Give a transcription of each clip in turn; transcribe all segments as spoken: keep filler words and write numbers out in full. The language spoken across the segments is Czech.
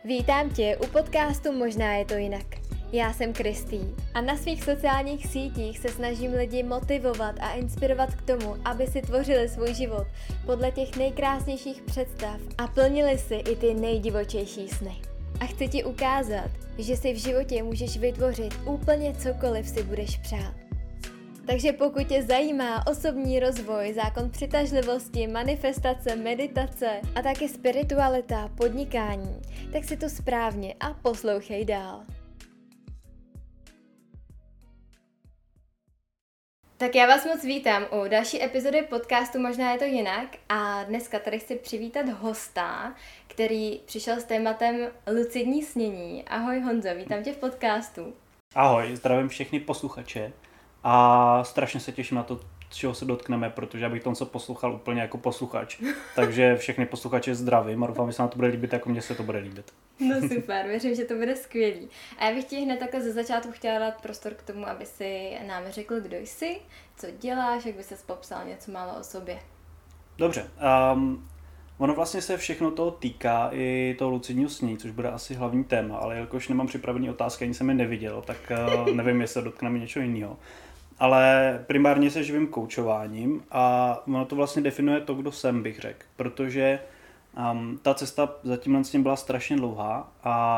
Vítám tě u podcastu Možná je to jinak. Já jsem Kristý a na svých sociálních sítích se snažím lidi motivovat a inspirovat k tomu, aby si tvořili svůj život podle těch nejkrásnějších představ a plnili si i ty nejdivočejší sny. A chci ti ukázat, že si v životě můžeš vytvořit úplně cokoliv si budeš přát. Takže pokud tě zajímá osobní rozvoj, zákon přitažlivosti, manifestace, meditace a taky spiritualita, podnikání, tak si to správně a poslouchej dál. Tak já vás moc vítám u další epizody podcastu Možná je to jinak a dneska tady chci přivítat hosta, který přišel s tématem lucidní snění. Ahoj Honzo, vítám tě v podcastu. Ahoj, zdravím všechny posluchače a strašně se těším na to, čeho se dotkneme, protože já bych to co poslouchal úplně jako posluchač. Takže všechny posluchače zdravím a doufám, že se na to bude líbit, jako mně se to bude líbit. No super, věřím, že to bude skvělý. A já bych ti hned takhle ze začátku chtěla dát prostor k tomu, aby si nám řekl, kdo jsi, co děláš, jak by ses popsal něco málo o sobě. Dobře, um, ono vlastně se všechno toho týká i toho lucidního snění, což bude asi hlavní téma, ale jelikož nemám připravený otázky, ani jsem je neviděl, tak uh, nevím, jestli se dotkneme něčeho jiného. Ale primárně se živím koučováním a ono to vlastně definuje to, kdo jsem, bych řekl, protože um, ta cesta zatím s tím byla strašně dlouhá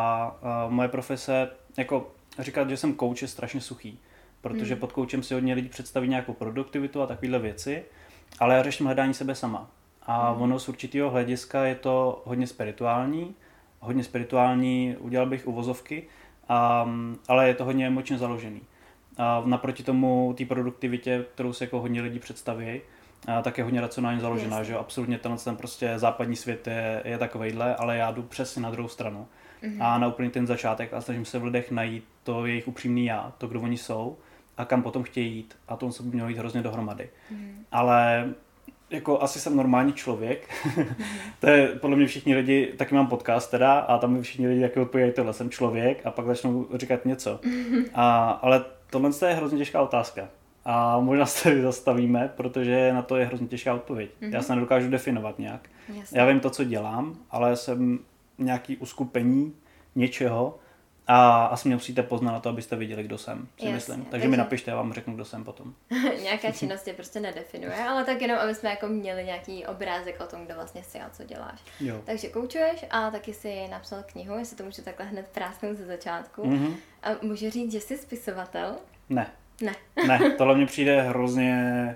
a uh, moje profese, jako říkat, že jsem kouč, je strašně suchý, protože hmm. pod koučem si hodně lidí představí nějakou produktivitu a takovéhle věci, ale já řeším hledání sebe sama. A hmm. ono z určitého hlediska je to hodně spirituální, hodně spirituální, udělal bych uvozovky, um, ale je to hodně emočně založený. A naproti tomu té produktivitě, kterou se jako hodně lidí představí, tak je hodně racionálně založená, yes. že absolutně tenhle ten prostě západní svět je, je takovejhle, ale já jdu přesně na druhou stranu. Mm-hmm. A na úplně ten začátek a snažím se v lidech najít to jejich upřímný já, to, kdo oni jsou a kam potom chtějí jít. A to se by mělo jít hrozně dohromady. Mm-hmm. Ale jako asi jsem normální člověk. Mm-hmm. To je podle mě všichni lidi, taky mám podcast teda a tam všichni lidi taky odpovědějí, tohle jsem člověk a pak začnou říkat něco. Mm-hmm. A, ale tohle je hrozně těžká otázka. A možná se tady zastavíme, protože na to je hrozně těžká odpověď. Mm-hmm. Já se nedokážu definovat nějak. Jasně. Já vím to, co dělám, ale jsem nějaký uskupení něčeho a asi mě musíte poznat na to, abyste viděli, kdo jsem, si Jasně. myslím. Takže, Takže mi napište, já vám řeknu, kdo jsem potom. Nějaká činnost tě prostě nedefinuje, ale tak jenom, aby jsme jako měli nějaký obrázek o tom, kdo vlastně jsi a co děláš. Jo. Takže koučuješ a taky si napsal knihu, jestli to můžu takhle hned prásknout ze začátku. Mm-hmm. A můžu říct, že jsi spisovatel? Ne. Ne. Ne, tohle mně přijde hrozně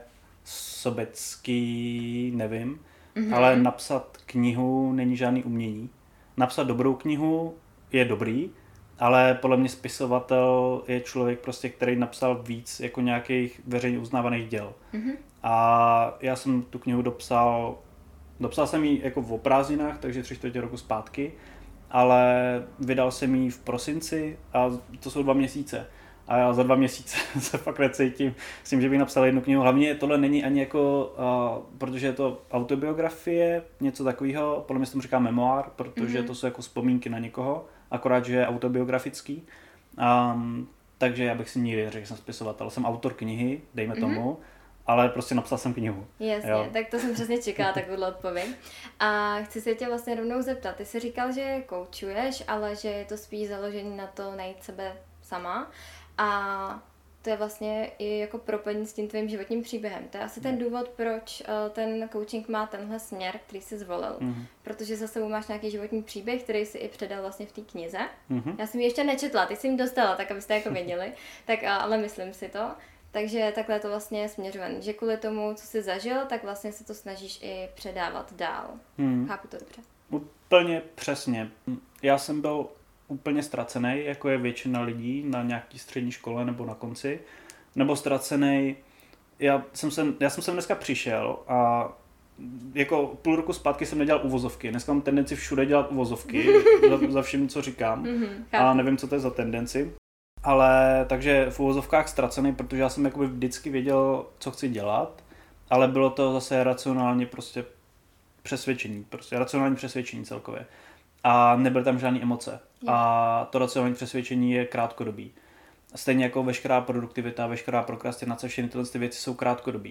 sobecký, nevím, mm-hmm. ale napsat knihu není žádný umění. Napsat dobrou knihu je dobrý, ale podle mě spisovatel je člověk prostě, který napsal víc jako nějakých veřejně uznávaných děl. Mm-hmm. A já jsem tu knihu dopsal, dopsal jsem ji jako v prázdninách, takže tři čtvrtě roku zpátky, ale vydal jsem ji v prosinci a to jsou dva měsíce. A já za dva měsíce se fakt necítím s tím, že bych napsal jednu knihu. Hlavně tohle není ani jako, uh, protože je to autobiografie, něco takového, podle mě se tomu říká memoár, protože mm-hmm. to jsou jako vzpomínky na někoho, akorát, že je autobiografický. Um, takže já bych si nikdy řekl, že jsem spisovatel. Jsem autor knihy, dejme mm-hmm. tomu, ale prostě napsal jsem knihu. Jasně, jo. Tak to jsem přesně čekala, takovou odpověď. A chci se tě vlastně rovnou zeptat. Ty jsi říkal, že koučuješ, ale že je to spíš založený na to najít sebe sama. A to je vlastně i jako propojení s tím tvým životním příběhem. To je asi ten důvod, proč ten coaching má tenhle směr, který jsi zvolil. Mm-hmm. Protože za sebou máš nějaký životní příběh, který jsi i předal vlastně v té knize. Mm-hmm. Já jsem ji ještě nečetla, ty jsi jim dostala, tak abyste jako věděli. Tak, ale myslím si to. Takže takhle to vlastně je směřované, že kvůli tomu, co jsi zažil, tak vlastně se to snažíš i předávat dál. Mm-hmm. Chápu to dobře? Úplně přesně. Já jsem byl úplně ztracený, jako je většina lidí na nějaký střední škole nebo na konci, nebo ztracený. Já jsem sem, já jsem sem dneska přišel a jako půl roku zpátky jsem nedělal uvozovky. Dneska mám tendenci všude dělat uvozovky za, za vším, co říkám. Mm-hmm, a nevím, co to je za tendenci. Ale takže v uvozovkách ztracený, protože já jsem jakoby vždycky věděl, co chci dělat, ale bylo to zase racionálně prostě přesvědčení, prostě racionální přesvědčení celkově. A nebyly tam žádné emoce. A to racionální přesvědčení je krátkodobý. Stejně jako veškerá produktivita, veškerá prokrastinace, všechny tyhle věci jsou krátkodobý.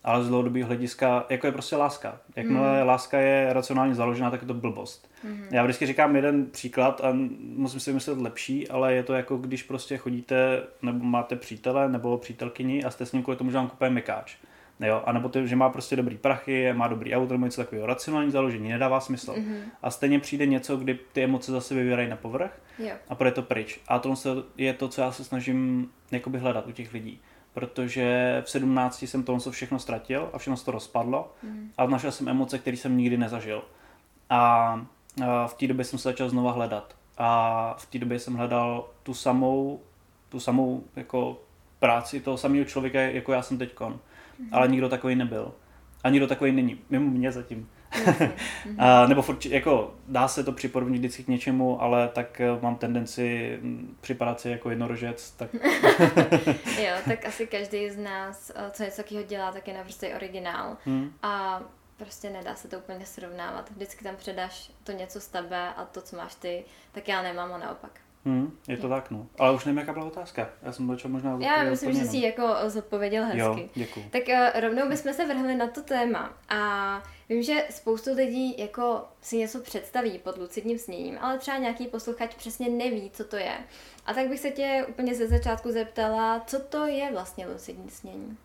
ale z dlouhodobého hlediska, jako je prostě láska. Jakmile mm. láska je racionálně založená, tak je to blbost. Mm. Já vždycky říkám jeden příklad a musím si vymyslet lepší, ale je to jako když prostě chodíte, nebo máte přítele, nebo přítelkyni a jste s ním kvůli tomu, že vám kupuje mekáč. Jo, a nebo to, že má prostě dobrý prachy, má dobrý auto, nebo něco takového. Racionální založení nedává smysl. Mm-hmm. A stejně přijde něco, kdy ty emoce zase vyvírají na povrch jo. a půjde to pryč. A to je to, co já se snažím jakoby hledat u těch lidí. Protože v sedmnácti jsem tohle všechno ztratil a všechno se to rozpadlo mm. a našel jsem emoce, které jsem nikdy nezažil. A v té době jsem se začal znova hledat. A v té době jsem hledal tu samou, tu samou jako práci toho samého člověka, jako já jsem teďkon. Mm. Ale nikdo takový nebyl. A nikdo takový není. Mimo mě zatím. Mm. a, nebo furt, jako dá se to připodobnit vždycky k něčemu, ale tak mám tendenci připadat si jako jednorožec. Tak... jo, tak asi každý z nás, co něco takového dělá, tak je naprosto originál. Mm. A prostě nedá se to úplně srovnávat. Vždycky tam předáš to něco z tebe a to, co máš ty, tak já nemám a naopak. Hmm, je to je. tak, no. Ale už nevím, jaká byla otázka. Já jsem začal možná Já myslím, že jsi jako zodpověděl hezky. Jo, děkuju. Tak uh, rovnou bychom se vrhli na to téma. A vím, že spoustu lidí jako si něco představí pod lucidním sněním, ale třeba nějaký posluchač přesně neví, co to je. A tak bych se tě úplně ze začátku zeptala, co to je vlastně lucidní snění?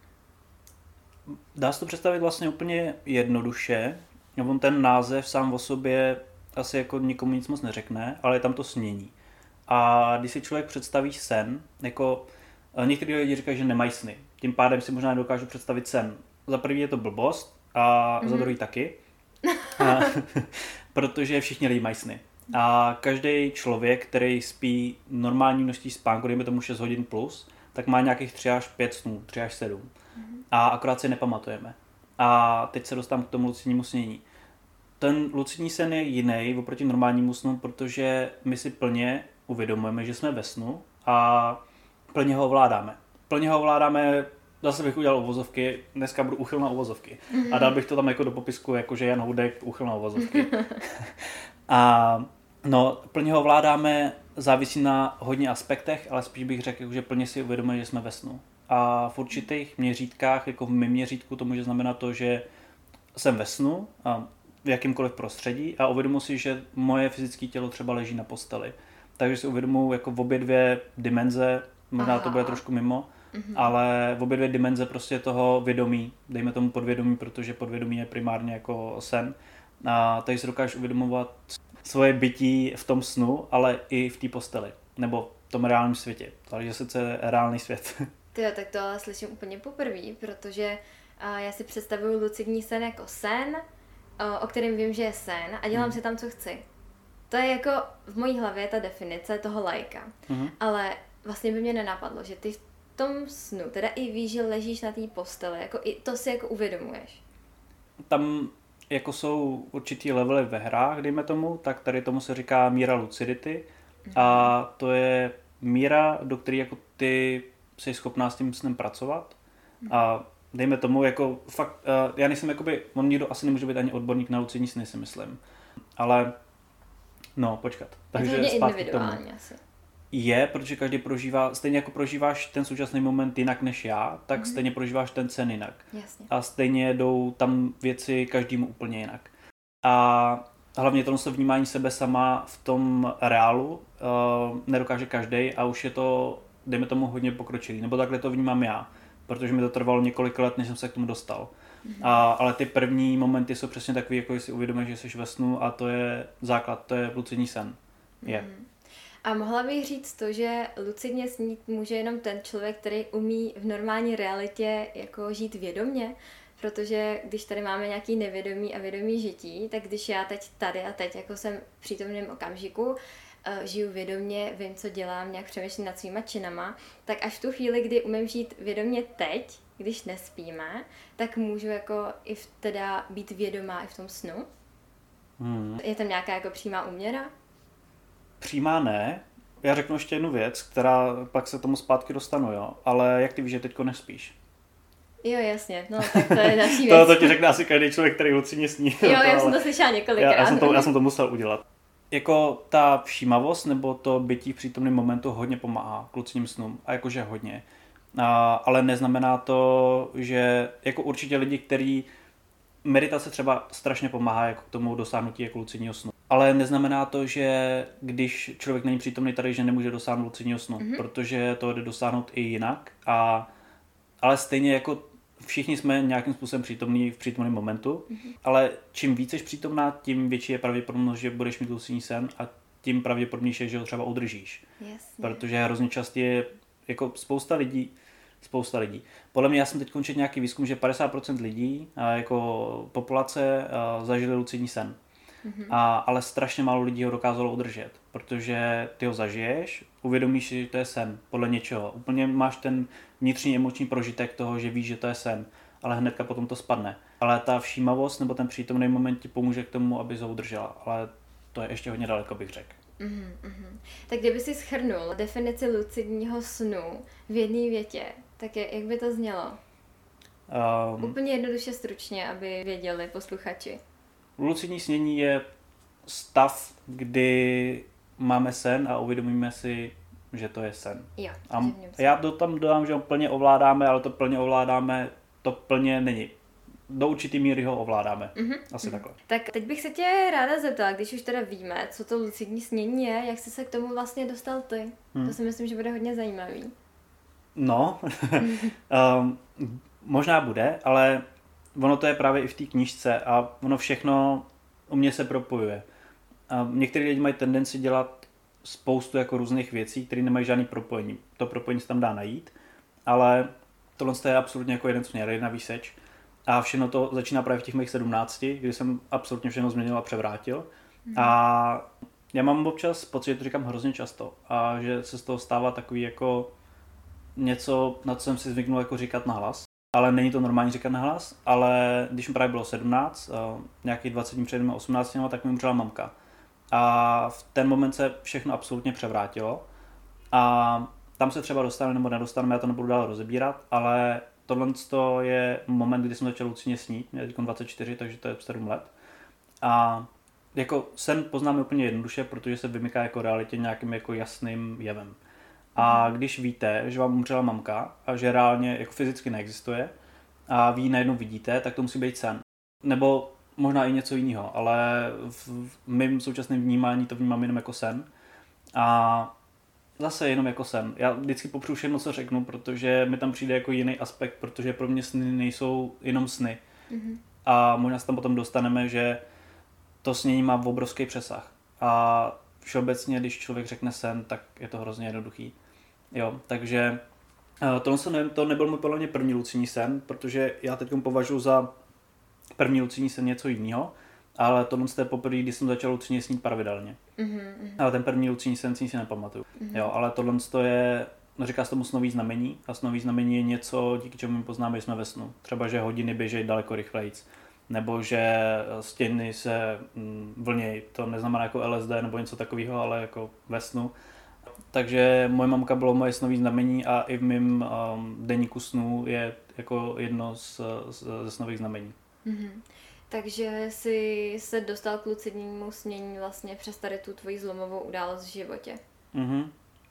Dá se to představit vlastně úplně jednoduše. On ten název sám o sobě asi jako nikomu nic moc neřekne, ale je tam to snění. A když si člověk představí sen, jako někteří lidi říkají, že nemají sny. Tím pádem si možná nedokážu představit sen. Za prvý je to blbost a mm-hmm. za druhý taky. a, protože všichni lidi mají sny. A každý člověk, který spí normální množství spánku, dejme tomu šest hodin plus, tak má nějakých tři až pět snů, tři až sedm. Mm-hmm. A akorát si nepamatujeme. A teď se dostávám k tomu lucidnímu snění. Ten lucidní sen je jiný oproti normálnímu snu, protože my si plně uvědomujeme, že jsme ve snu a plně ho ovládáme. Plně ho ovládáme, zase bych udělal uvozovky, dneska budu uchyl na uvozovky. Mm-hmm. A dal bych to tam jako do popisku, jakože Jan Houdek uchyl na uvozovky. a no, plně ho ovládáme, závisí na hodně aspektech, ale spíš bych řekl, že plně si uvědomujeme, že jsme ve snu. A v určitých měřítkách, jako v mém měřítku, to může znamenat to, že jsem ve snu a v jakýmkoliv prostředí a uvědomuji si, že moje fyzické tělo třeba leží na posteli. Takže si uvědomuji jako v obě dvě dimenze, možná Aha. to bude trošku mimo, mm-hmm. ale v obě dvě dimenze prostě toho vědomí, dejme tomu podvědomí, protože podvědomí je primárně jako sen. A takže si dokážeš uvědomovat svoje bytí v tom snu, ale i v té posteli, nebo v tom reálném světě. Takže sice je reálný svět. Tyjo, tak to ale slyším úplně poprvé, protože uh, já si představuju lucidní sen jako sen, uh, o kterém vím, že je sen a dělám hmm. si tam, co chci. To je jako v mojí hlavě ta definice toho laika. Mm-hmm. Ale vlastně by mě nenapadlo, že ty v tom snu teda i víš, že ležíš na té posteli, jako i to si jako uvědomuješ. Tam jako jsou určitý levely ve hrách, dejme tomu, tak tady tomu se říká míra lucidity mm-hmm. a to je míra, do které jako ty jsi schopná s tím snem pracovat mm-hmm. a dejme tomu jako fakt, uh, já nejsem jakoby, on nikdo asi nemůže být ani odborník na lucidní sny, si myslím, ale no, počkat. Takže je to individuální asi. Je, protože každý prožívá, stejně jako prožíváš ten současný moment jinak než já, tak mm-hmm. stejně prožíváš ten sen jinak. Jasně. A stejně jdou tam věci každému úplně jinak. A hlavně to se vnímání sebe sama v tom reálu uh, nedokáže každý a už je to, dejme tomu, hodně pokročilý. Nebo takhle to vnímám já, protože mi to trvalo několik let, než jsem se k tomu dostal. Mm-hmm. A, ale ty první momenty jsou přesně takový, jako si uvědomíš, že jsi ve snu a to je základ, to je lucidní sen. Je. Mm-hmm. A mohla bych říct to, že lucidně snít může jenom ten člověk, který umí v normální realitě jako žít vědomně, protože když tady máme nějaký nevědomí a vědomí žití, tak když já teď tady a teď jako jsem v přítomném okamžiku, žiju vědomně, vím, co dělám, nějak přemýšlím nad svýma činama, tak až v tu chvíli, kdy umím žít vědomně teď, když nespíme, tak můžu jako i v, teda být vědomá i v tom snu. Hmm. Je tam nějaká jako přímá úměra? Přímá ne. Já řeknu ještě jednu věc, která pak se tomu zpátky dostanu, jo. Ale jak ty víš, že teďko nespíš? Jo, jasně, no tak to je další věc. to, to ti řekne asi každý člověk, který lucidně sní. Jo, já ale... jsem to slyšela několikrát. Já, já, jsem to, já jsem to musel udělat. Jako ta všímavost nebo to bytí v přítomném momentu hodně pomáhá k lucidním snům. A jakože hodně. A, ale neznamená to, že jako určitě lidi, kteří meditace třeba strašně pomáhá jako k tomu dosáhnutí jako lucidního snu. Ale neznamená to, že když člověk není přítomný tady, že nemůže dosáhnout lucidního snu, mm-hmm. protože to jde dosáhnout i jinak. A, ale stejně jako všichni jsme nějakým způsobem přítomní v přítomném momentu, mm-hmm. ale čím víc jsi přítomná, tím větší je pravděpodobnost, že budeš mít lucidní sen a tím pravděpodobnější je, že ho třeba udržíš. Jasně. Protože hrozně často je jako spousta lidí, Spousta lidí. Podle mě já jsem teď končil nějaký výzkum, že padesát procent lidí jako populace zažili lucidní sen. Mm-hmm. A, ale strašně málo lidí ho dokázalo udržet, protože ty ho zažiješ, uvědomíš si, že to je sen podle něčeho. Úplně máš ten vnitřní emoční prožitek toho, že víš, že to je sen, ale hnedka potom to spadne. Ale ta všímavost nebo ten přítomný moment ti pomůže k tomu, aby ho udržela. Ale to je ještě hodně daleko, bych řekl. Mm-hmm, mm-hmm. Tak kdyby si shrnul definici lucidního snu v jedné větě, tak je, jak by to znělo? Um, Úplně jednoduše stručně, aby věděli posluchači. Lucidní snění je stav, kdy máme sen a uvědomíme si, že to je sen. Jo, a já to tam dodám, že ho plně ovládáme, ale to plně ovládáme, to plně není. Do určitý míry ho ovládáme. Mm-hmm. Asi mm-hmm. takhle. Tak teď bych se tě ráda zeptala, když už teda víme, co to lucidní snění je, jak jsi se k tomu vlastně dostal ty? Mm. To si myslím, že bude hodně zajímavý. No, um, možná bude, ale ono to je právě i v té knížce a ono všechno u mě se propojuje. A některý lidi mají tendenci dělat spoustu jako různých věcí, které nemají žádný propojení. To propojení se tam dá najít, ale tohle je absolutně jako jeden směr, jedna výseč. A všechno to začíná právě v těch mých sedmnácti, kdy jsem absolutně všechno změnil a převrátil. Mm. A já mám občas pocit, že to říkám hrozně často a že se z toho stává takový jako něco, na co jsem si zvyknul jako říkat nahlas. Ale není to normální říkat nahlas, ale když mi právě bylo sedmnáct, nějakých dvacet dní před osmnácti, tak mi umřela mamka. A v ten moment se všechno absolutně převrátilo. A tam se třeba dostaneme nebo nedostaneme, já to nebudu dál rozebírat, ale tohle je moment, kdy jsem začal lucidně snít, mě je teď dvacet čtyři, takže to je sedm let. A jako sen poznáme úplně jednoduše, protože se vymyká jako realitě nějakým jako jasným jevem. A když víte, že vám umřela mamka a že reálně jako fyzicky neexistuje a vy ji najednou vidíte, tak to musí být sen. Nebo možná i něco jiného, ale v mém současném vnímání to vnímám jenom jako sen. A zase jenom jako sen. Já vždycky popřu všechno, co řeknu, protože mi tam přijde jako jiný aspekt, protože pro mě sny nejsou jenom sny. Mm-hmm. A možná se tam potom dostaneme, že to snění má obrovský přesah. A všeobecně, když člověk řekne sen, tak je to hrozně jednoduchý. Jo, takže tohle ne, to nebyl můj podle mě první lucidní sen, protože já teď považuji za první lucidní sen něco jiného, ale tohle je poprvé, když jsem začal lucidně snít pravidelně. Mm-hmm. Ale ten první lucidní sen si nepamatuju. Mm-hmm. Jo, ale tohle je, no říká se tomu snový znamení a snový znamení je něco, díky čemu my poznáme, že jsme ve snu. Třeba, že hodiny běžejí daleko rychlejc, nebo že stěny se vlnějí. To neznamená jako L S D nebo něco takového, ale jako ve snu. Takže moje mamka bylo moje snový znamení a i v mém um, deníku snů je jako jedno z, z, ze snových znamení. Mm-hmm. Takže jsi se dostal k lucidnímu snění vlastně přes tady tu tvoji zlomovou událost v životě. Mm-hmm.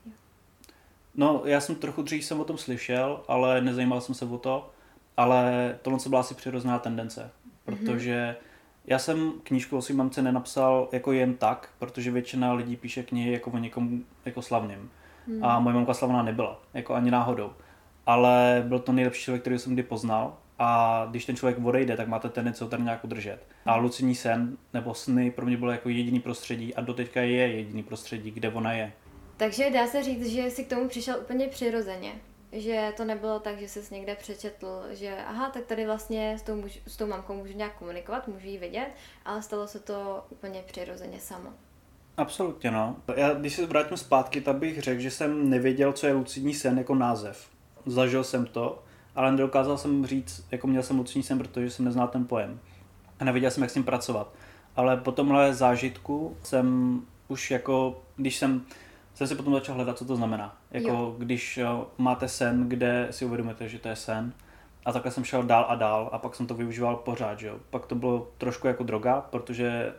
No, já jsem trochu dřív jsem o tom slyšel, ale nezajímal jsem se o to, ale tohle byla asi přirozená tendence, protože mm-hmm. já jsem knížku o svým mamce nenapsal jako jen tak, protože většina lidí píše knihy jako o někom jako slavným. Mm. A moje mamka slavná nebyla, jako ani náhodou. Ale byl to nejlepší člověk, který jsem kdy poznal. A když ten člověk odejde, tak máte tendenci ho tady nějak udržet. A lucidní sen nebo sny pro mě bylo jako jediný prostředí a doteďka je jediný prostředí, kde ona je. Takže dá se říct, že jsi k tomu přišel úplně přirozeně. Že to nebylo tak, že jsi někde přečetl, že aha, tak tady vlastně s tou, muž, s tou mamkou můžu nějak komunikovat, můžu ji vidět, ale stalo se to úplně přirozeně samo. Absolutně, no. Já, když se vrátím zpátky, tak bych řekl, že jsem nevěděl, co je lucidní sen jako název. Zažil jsem to, ale nedokázal jsem říct, jako měl jsem lucidní sen, protože jsem neznal ten pojem. A nevěděl jsem, jak s tím pracovat. Ale po tomhle zážitku jsem už jako, když jsem jsem si potom začal hledat, co to znamená. Jako jo. Když jo, máte sen, kde si uvědomíte, že to je sen. A takhle jsem šel dál a dál a pak jsem to využíval pořád. Že jo. Pak to bylo trošku jako droga, protože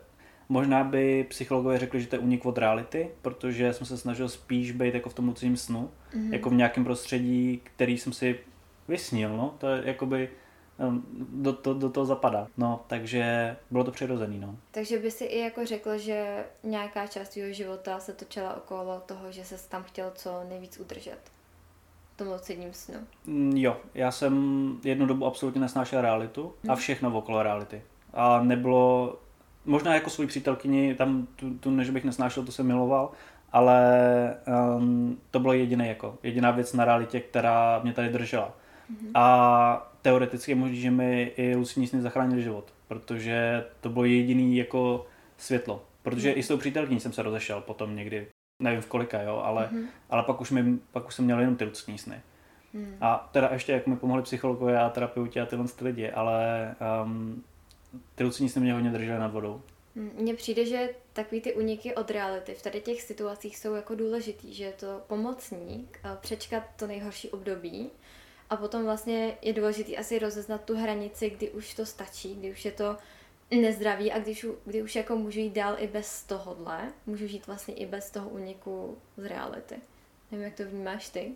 Možná by psychologové řekli, že to je únik od reality, protože jsem se snažil spíš být jako v tom lucidním snu, mm-hmm. jako v nějakém prostředí, který jsem si vysnil, no, to je jakoby do, do, do toho zapadá, no, takže bylo to přirozený, no. Takže by si i jako řekl, že nějaká část tvýho života se točila okolo toho, že ses tam chtěl co nejvíc udržet v tom lucidním snu. Mm, jo, já jsem jednu dobu absolutně nesnášel realitu a všechno okolo reality. A nebylo, možná jako svou přítelkyni, tam tu, tu než bych nesnášel, to jsem miloval, ale um, to bylo jediné jako, jediná věc na realitě, která mě tady držela. Mm-hmm. A teoreticky je možné, že mi i lucidní sny zachránil život, protože to bylo jediný jako světlo. Protože mm-hmm. i s tou přítelkyní jsem se rozešel potom někdy, nevím v kolika, jo, ale, mm-hmm. ale pak, už mi, pak už jsem měl jenom ty lucidní sny. Mm. A teda ještě jak mi pomohli psychologové a terapeuti a tyhle lidi, ale um, ty lucidní sny mě hodně držely nad vodou. Mně přijde, že takový ty úniky od reality v tady těch situacích jsou jako důležitý, že je to pomocník přečkat to nejhorší období a potom vlastně je důležitý asi rozeznat tu hranici, kdy už to stačí, kdy už je to nezdraví a když, kdy už jako můžu jít dál i bez tohodle, můžu žít vlastně i bez toho úniku z reality. Nevím, jak to vnímáš ty?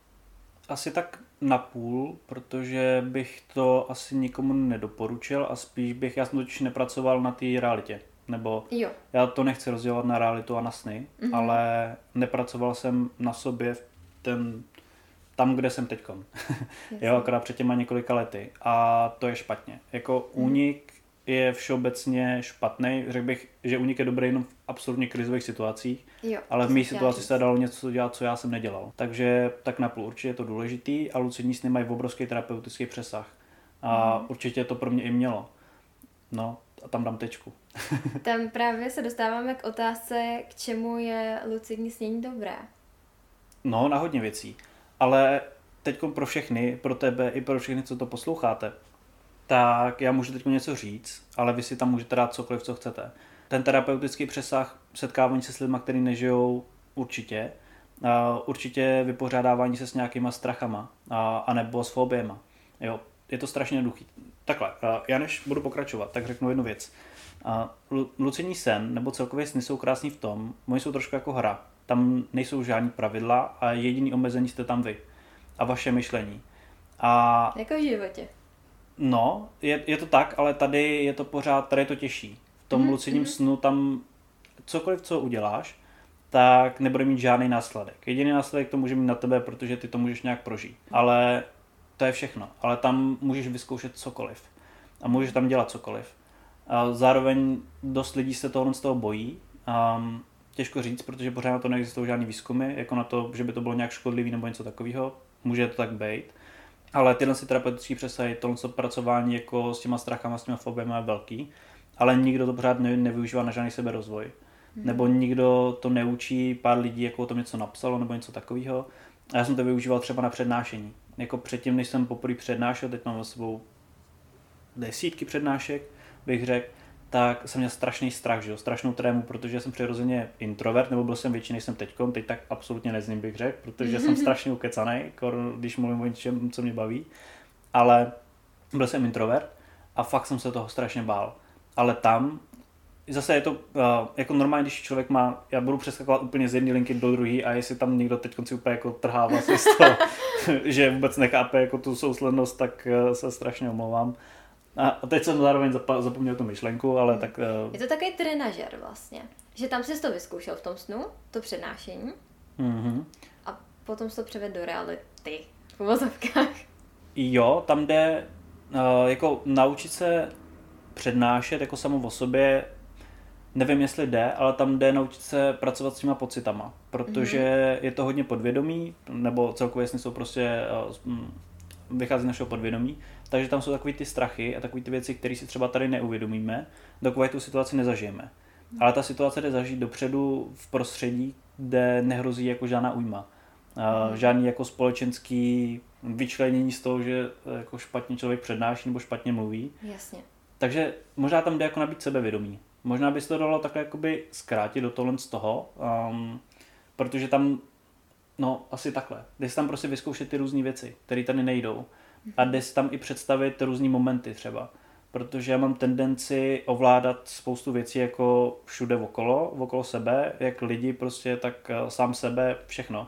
Asi tak napůl, protože bych to asi nikomu nedoporučil a spíš bych, já jsem totiž nepracoval na té realitě, nebo jo. Já to nechci rozdělovat na realitu a na sny, mm-hmm. ale nepracoval jsem na sobě v ten, tam, kde jsem teďkon. Jo, akorát před těma několika lety a to je špatně. Jako mm. únik je všeobecně špatný. Řekl bych, že únik je dobrý jenom v absolutně krizových situacích, jo, ale v mých situacích se dalo něco dělat, co já jsem nedělal. Takže tak napůl určitě je to důležitý a lucidní sny mají obrovský terapeutický přesah. A mm. určitě to pro mě i mělo. No, a tam dám tečku. Tam právě se dostáváme k otázce, k čemu je lucidní snění dobré. No, na hodně věcí. Ale teď pro všechny, pro tebe i pro všechny, co to posloucháte, tak já můžu teď něco říct, ale vy si tam můžete dát cokoliv, co chcete. Ten terapeutický přesah, setkávání se s lidmi, kteří nežijou, určitě. Uh, určitě vypořádávání se s nějakýma strachama uh, anebo s fobiema. Jo, je to strašně jednoduchý. Takhle, uh, já než budu pokračovat, tak řeknu jednu věc. Uh, lucidní sen nebo celkově sny jsou krásný v tom, oni jsou trošku jako hra. Tam nejsou žádný pravidla a jediný omezení jste tam vy a vaše myšlení. A jako v životě. No, je, je to tak, ale tady je to pořád, tady je to těžší. V tom mm, lucidním mm. snu tam cokoliv, co uděláš, tak nebude mít žádný následek. Jediný následek to může mít na tebe, protože ty to můžeš nějak prožít. Ale to je všechno. Ale tam můžeš vyzkoušet cokoliv. A můžeš tam dělat cokoliv. A zároveň dost lidí se tohle z toho bojí. Um, těžko říct, protože pořád na to neexistují žádný výzkumy, jako na to, že by to bylo nějak škodlivý nebo něco takového. Může to tak být. Ale tyhle si terapeutický přesahy, tohle pracování jako s těma strachama, s těma fobiemi je velký, ale nikdo to pořád ne, nevyužívá na žádný seberozvoj. Hmm. Nebo nikdo to neučí, pár lidí jako o tom něco napsalo nebo něco takového. A já jsem to využíval třeba na přednášení. Jako předtím, než jsem poprvé přednášel, teď mám za sebou desítky přednášek, bych řekl, tak jsem měl strašný strach, že jo? Strašnou trému, protože jsem přirozeně introvert, nebo byl jsem větší, než jsem teďkom, teď tak absolutně nezním, bych řekl, protože jsem strašně ukecanej, když mluvím o něčem, co mě baví, ale byl jsem introvert a fakt jsem se toho strašně bál. Ale tam, zase je to, uh, jako normálně, když člověk má, já budu přeskakovat úplně z jedné linky do druhé a jestli tam někdo teď si úplně jako trhá vlastně z toho, že vůbec nechápe jako tu souslednost, tak uh, se strašně omlouvám. A teď jsem zároveň zapomněl tu myšlenku, ale tak... Uh... Je to takový trenažer vlastně, že tam jsi to vyzkoušel v tom snu, to přednášení, mm-hmm. a potom jsi to převedl do reality v uvozovkách. Jo, tam jde uh, jako naučit se přednášet jako samo o sobě, nevím jestli jde, ale tam jde naučit se pracovat s těma pocitama, protože mm-hmm. je to hodně podvědomí, nebo celkově sny jsou prostě... Uh, vychází z našeho podvědomí, takže tam jsou takový ty strachy a takový ty věci, které si třeba tady neuvědomíme, dokud tu situaci nezažijeme. Ale ta situace jde zažít dopředu v prostředí, kde nehrozí jako žádná újma. Mm. Žádný jako společenský vyčlenění z toho, že jako špatně člověk přednáší nebo špatně mluví. Jasně. Takže možná tam jde jako nabít sebevědomí. Možná by se to dalo takhle jakoby zkrátit do tohle z toho, um, protože tam no, asi takhle. Jde si tam prostě vyzkoušet ty různé věci, které tady nejdou. A jde si tam i představit různý momenty třeba. protože já mám tendenci ovládat spoustu věcí jako všude okolo, okolo sebe, jak lidi prostě, tak sám sebe, všechno.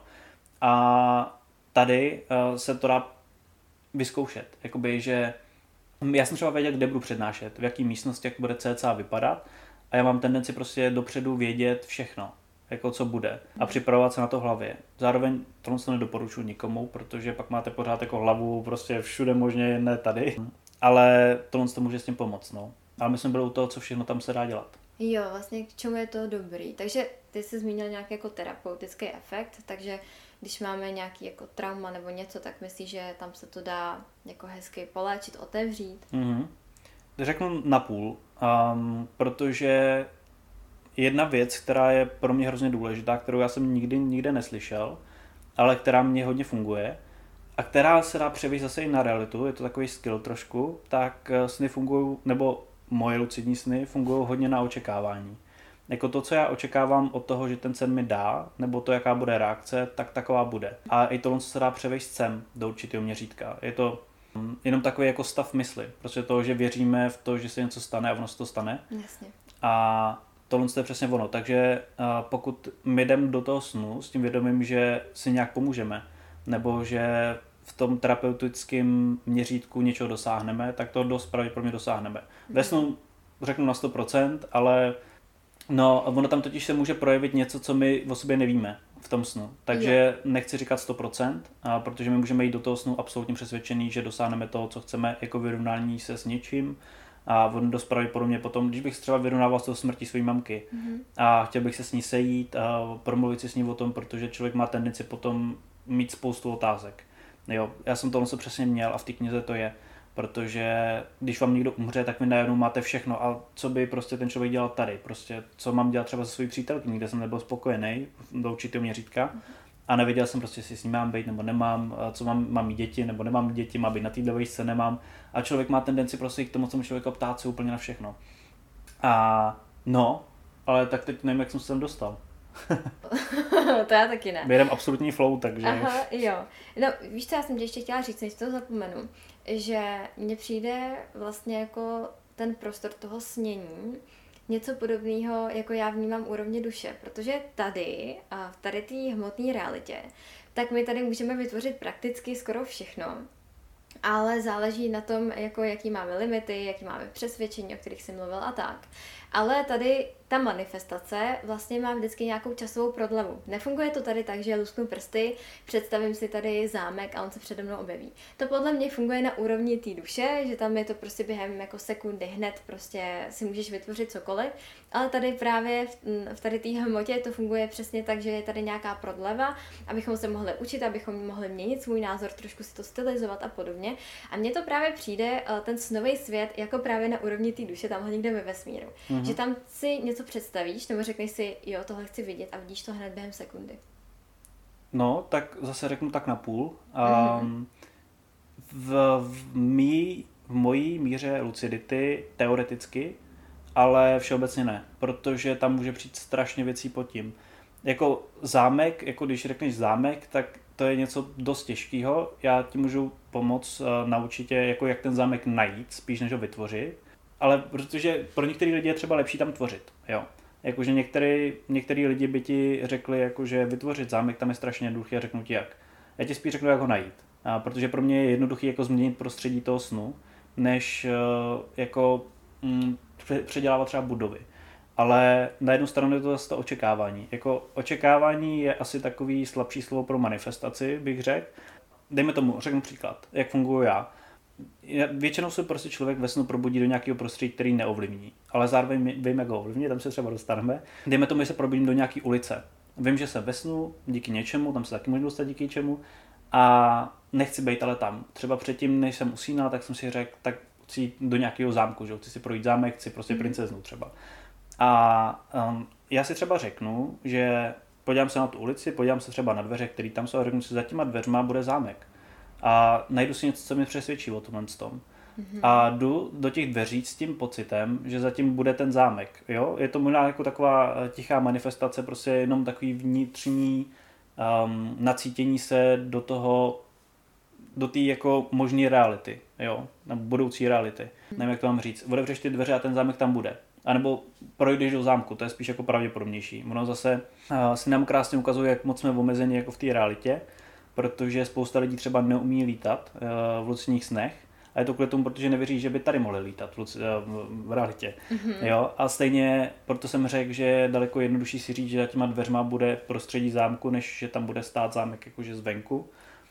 A tady se to dá vyzkoušet, jakoby, že já jsem třeba věděl, kde budu přednášet, v jaký místnosti, jak bude cca vypadat a já mám tendenci prostě dopředu vědět všechno, jako co bude a připravovat se na to v hlavě. Zároveň tohle to nedoporučuji nikomu, protože pak máte pořád jako hlavu prostě všude možně, jen ne tady, ale tohle to může s tím pomoct, no. Ale my jsme byli u toho, co všechno tam se dá dělat. Jo, vlastně k čemu je to dobrý. Takže ty jsi zmínil nějaký jako terapeutický efekt, takže když máme nějaký jako trauma nebo něco, tak myslíš, že tam se to dá jako hezky poléčit, otevřít? Mm-hmm. Řeknu napůl, um, protože jedna věc, která je pro mě hrozně důležitá, kterou já jsem nikdy nikde neslyšel, ale která mě hodně funguje a která se dá převést zase i na realitu, je to takový skill trošku, tak sny fungují, nebo moje lucidní sny fungují hodně na očekávání. Jako to, co já očekávám od toho, že ten sen mi dá, nebo to, jaká bude reakce, tak taková bude. A i tohle se dá převést sem do určitého měřítka. Je to jenom takový jako stav mysli. Prostě to, že věříme v to, že se něco stane a ono se to stane. Jasně. A tohle je přesně ono. Takže pokud my jdeme do toho snu s tím vědomím, že si nějak pomůžeme, nebo že v tom terapeutickém měřítku něčeho dosáhneme, tak to dost pravděpodobně dosáhneme. Mm. Ve snu řeknu na sto procent, ale no, ono tam totiž se může projevit něco, co my o sobě nevíme v tom snu. Takže je. Nechci říkat sto procent, a protože my můžeme jít do toho snu absolutně přesvědčený, že dosáhneme toho, co chceme, jako vyrovnání se s něčím. A on dost pravděpodobně potom, když bych třeba vyrovnával s tou smrtí své mamky mm-hmm. a chtěl bych se s ní sejít a promluvit si s ní o tom, protože člověk má tendenci potom mít spoustu otázek. Jo, já jsem tohle přesně měl a v té knize to je. Protože když vám někdo umře, tak vy najednou máte všechno a co by prostě ten člověk dělal tady, prostě co mám dělat třeba se svojí přítelkyní, kde jsem nebyl spokojený do určitého měřítka a nevěděl jsem prostě, jestli s ní mám být nebo nemám, co mám, mám mít děti nebo nemám děti, má být na této výšce, nemám a člověk má tendenci prostě k tomu, co mu člověka ptát se úplně na všechno. A no, ale tak teď nevím, jak jsem se sem dostal. To já taky ne. Běrem absolutní flow, takže... Aha, jo. No, víš co, já jsem tě ještě chtěla říct, než to zapomenu, že mně přijde vlastně jako ten prostor toho snění něco podobného, jako já vnímám úrovně duše, protože tady, a v tady té hmotné realitě, tak my tady můžeme vytvořit prakticky skoro všechno, ale záleží na tom, jako jaký máme limity, jaký máme přesvědčení, o kterých jsem mluvil a tak. Ale tady ta manifestace vlastně má vždycky nějakou časovou prodlevu. Nefunguje to tady tak, že lusknu prsty, představím si tady zámek a on se přede mnou objeví. To podle mě funguje na úrovni té duše, že tam je to prostě během jako sekundy hned prostě si můžeš vytvořit cokoliv, ale tady právě v, v tady té hmotě to funguje přesně tak, že je tady nějaká prodleva, abychom se mohli učit, abychom mohli měnit svůj názor, trošku si to stylizovat a podobně. A mně to právě přijde ten snový svět jako právě na úrovni té duše, tam někde ve vesmíru. Mm-hmm. Že tam si něco představíš, nebo řekneš si, jo, tohle chci vidět a vidíš to hned během sekundy. No, tak zase řeknu tak na půl. Um, mm-hmm. v, v, mý, v mojí míře lucidity teoreticky, ale všeobecně ne, protože tam může přijít strašně věcí pod tím. Jako zámek, jako když řekneš zámek, tak to je něco dost těžkého. Já ti můžu pomoct uh, naučit tě, jako jak ten zámek najít, spíš než ho vytvořit. Ale protože pro některé lidi je třeba lepší tam tvořit, jo. Jakože některý, některý lidi by ti řekli, jakože vytvořit zámek tam je strašně jednoduchý a řeknu ti jak. Já ti spíš řeknu, jak ho najít. A protože pro mě je jednoduchý jako změnit prostředí toho snu, než uh, jako mm, předělávat třeba budovy. Ale na jednu stranu je to zase to očekávání. Jako očekávání je asi takový slabší slovo pro manifestaci, bych řekl. Dejme tomu, řeknu příklad, jak funguji já. Většinou se prostě člověk ve snu probudí do nějakého prostředí, který neovlivní, ale zároveň vím, jak ho ovlivní, tam se třeba dostaneme. Dejme tomu, že se probudím do nějaké ulice. Vím, že jsem ve snu díky něčemu, tam se taky můžu dostat díky čemu a nechci být ale tam. Třeba předtím, než jsem usínal, tak jsem si řekl, tak chci jít do nějakého zámku, že chci si projít zámek, chci prostě princeznu třeba. A um, já si třeba řeknu, že podívám se na tu ulici, podívám se třeba na dveře, které tam jsou a řeknu si, za těma dveřma bude zámek. A najdu si něco, co mi přesvědčí o tomhle tom. Mm-hmm. A jdu do těch dveří s tím pocitem, že zatím bude ten zámek. Jo? Je to možná jako taková tichá manifestace, prostě jenom takový vnitřní um, nacítění se do toho, do té jako možné reality, jo, nebo budoucí reality. Hmm. Nevím, jak to mám říct. Otevřeš ty dveře a ten zámek tam bude. A nebo projdeš do zámku, to je spíš jako pravděpodobnější. Ono zase uh, si nám krásně ukazuje, jak moc jsme omezeni jako v té realitě, protože spousta lidí třeba neumí lítat uh, v lucidních snech. A je to kvůli tomu, protože nevěří, že by tady mohli lítat v, luci, uh, v realitě. Mm-hmm. Jo? A stejně proto jsem řekl, že je daleko jednodušší si říct, že za těma dveřma bude prostředí zámku, než že tam bude stát zámek jakože zvenku.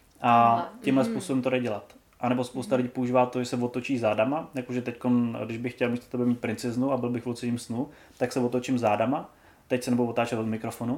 A tímhle mm-hmm. způsobem to jde dělat. A nebo spousta mm-hmm. lidí používá to, že se otočí zádama, jakože teď, když bych chtěl místo tebe mít princeznu a byl bych v lucidním snu, tak se otočím zádama, teď se nebudu otáčet od mikrofonu.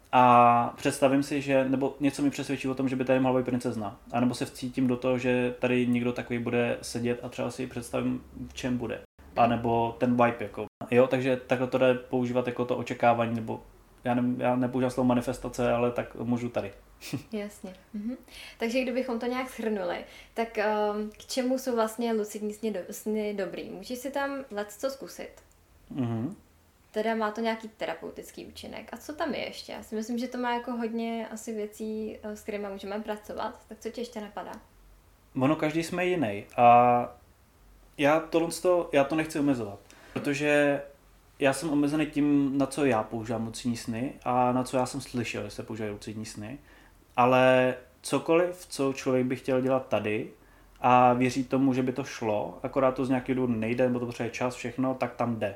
A představím si, že, nebo něco mi přesvědčí o tom, že by tady mohla být princezna. A nebo se vcítím do toho, že tady někdo takový bude sedět a třeba si představím, v čem bude. A nebo ten vibe, jako. Jo, takže takhle to jde používat jako to očekávání, nebo já, ne, já nepoužívám slovo manifestace, ale tak můžu tady. Jasně. Mhm. Takže kdybychom to nějak shrnuli, tak um, k čemu jsou vlastně lucidní sny, do, sny dobrý? Můžeš si tam lecco zkusit? Mhm. Teda má to nějaký terapeutický účinek. A co tam je ještě? Já si myslím, že to má jako hodně asi věcí, s kterými můžeme pracovat. Tak co ti ještě napadá? Ono každý jsme jiný. A já, tohle, já to nechci omezovat. Protože já jsem omezený tím, na co já používám lucidní sny a na co já jsem slyšel, že se používají lucidní sny. Ale cokoliv, co člověk by chtěl dělat tady a věří tomu, že by to šlo, akorát to z nějakého důvodu nejde, nebo to potřebuje čas, všechno, tak tam jde.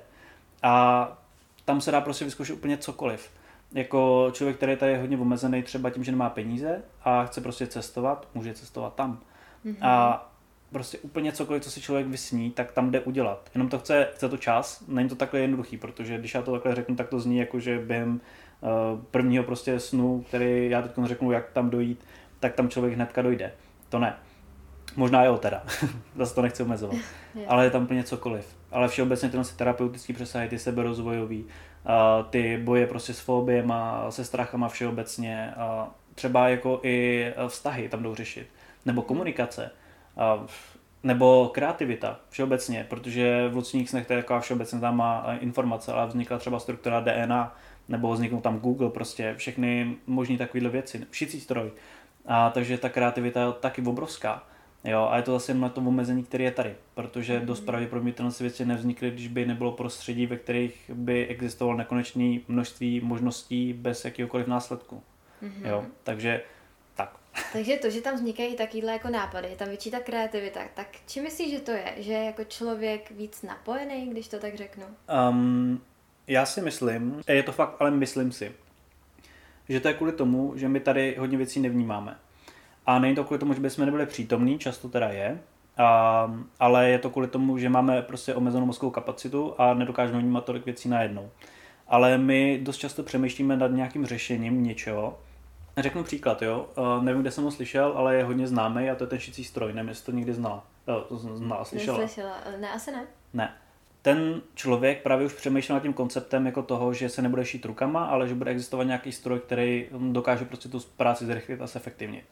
A tam se dá prostě vyzkoušet úplně cokoliv. Jako člověk, který tady je hodně omezený třeba tím, že nemá peníze a chce prostě cestovat, může cestovat tam. Mm-hmm. A prostě úplně cokoliv, co si člověk vysní, tak tam jde udělat. Jenom to chce, chce to čas, není to takhle jednoduchý, protože když já to takhle řeknu, tak to zní jako, že během uh, prvního prostě snu, který já teď řeknu, jak tam dojít, tak tam člověk hnedka dojde. To ne. Možná jo teda, zase to nechci omezovat, ale je tam úplně cokoliv. Ale všeobecně tyhle terapeutický přesahy, ty seberozvojový, ty boje prostě s fobiema, se strachama všeobecně, třeba jako i vztahy tam jdou řešit, nebo komunikace, nebo kreativita všeobecně, protože v lucidních snech to je taková všeobecně tam má informace, ale vznikla třeba struktura D N A, nebo vzniknou tam Google, prostě všechny možný takovéhle věci, šicí stroj. A takže ta kreativita je taky obrovská. Jo, a je to zase na to omezení, které je tady, protože mm. dost pravděpodobně tyhle věci nevznikly, když by nebylo prostředí, ve kterých by existovalo nekonečné množství možností bez jakéhokoliv následku. Mm-hmm. Jo, takže tak. Takže to, že tam vznikají takovýhle jako nápady, je tam větší ta kreativita, tak či myslíš, že to je? Že je jako člověk víc napojený, když to tak řeknu? Um, já si myslím, je to fakt, ale myslím si, že to je kvůli tomu, že my tady hodně věcí nevnímáme. A není to kvůli tomu, že bychom nebyli přítomní, často teda je, a, ale je to kvůli tomu, že máme prostě omezenou mozkovou kapacitu a nedokážeme vnímat tolik věcí najednou. Ale my dost často přemýšlíme nad nějakým řešením něčeho. Řeknu příklad, jo, uh, nevím, kde jsem ho slyšel, ale je hodně známý a to je ten šicí stroj, nevím, jestli to někdy zná, uh, zná slyšela. Neslyšela, ne, asi ne. Ne. Ten člověk právě už přemýšlel nad tím konceptem jako toho, že se nebude šít rukama, ale že bude existovat nějaký stroj, který dokáže prostě tu práci zrychlit a zefektivnit.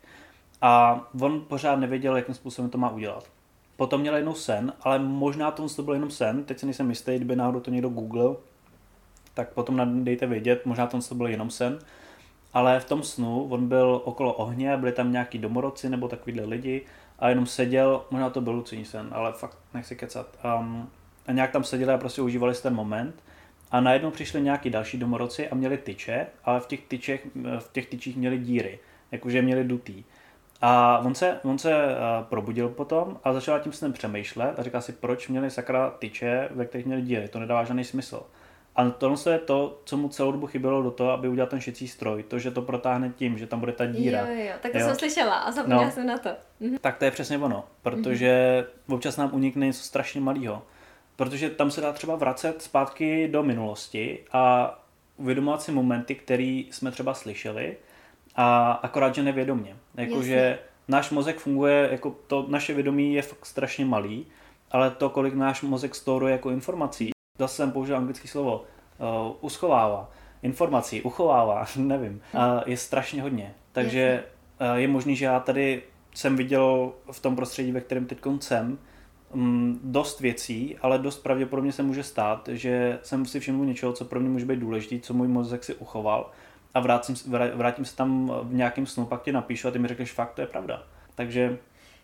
A on pořád nevěděl, jakým způsobem to má udělat. Potom měl jednou sen, ale možná to byl jenom sen, teď si nejsem jistý, kdyby náhodou to někdo googlil, tak potom dejte vědět, možná to byl jenom sen. Ale v tom snu on byl okolo ohně, byli tam nějaký domorodci nebo takovýhle lidi a jenom seděl, možná to byl lucidní sen, ale fakt nechci kecat. Um, a nějak tam seděli a prostě užívali si ten moment. A najednou přišli nějaký další domorodci a měli tyče, ale v těch tyčech, v těch tyčích měli díry, jakože měli dutý. A on se, on se probudil potom a začal tím snem přemýšlet a říkal si, proč měli sakra tyče, ve kterých měli díry, to nedává žádný smysl. A tohle je to, co mu celou dobu chybělo do toho, aby udělal ten šicí stroj, to, že to protáhne tím, že tam bude ta díra. Jo, jo, tak to jo. jsem slyšela a zapomněla no, jsem na to. Mhm. Tak to je přesně ono, protože mhm. občas nám unikne něco strašně malého. Protože tam se dá třeba vracet zpátky do minulosti a uvědomovat si momenty, které jsme třeba slyšeli, a akorát, že nevědomě. Jakože náš mozek funguje, jako to naše vědomí je fakt strašně malý, ale to, kolik náš mozek storuje jako informací, zase jsem použil anglické slovo, uh, uschovává, informací, uchovává, nevím, uh, je strašně hodně. Takže uh, je možný, že já tady jsem viděl v tom prostředí, ve kterém teď jsem, um, dost věcí, ale dost pravděpodobně se může stát, že jsem si všiml něčeho, co pro mě může být důležitý, co můj mozek si uchoval, a vrátím, vrátím se tam v nějakém snu, pak ti napíšu a ty mi řekneš, fakt, to je pravda. Takže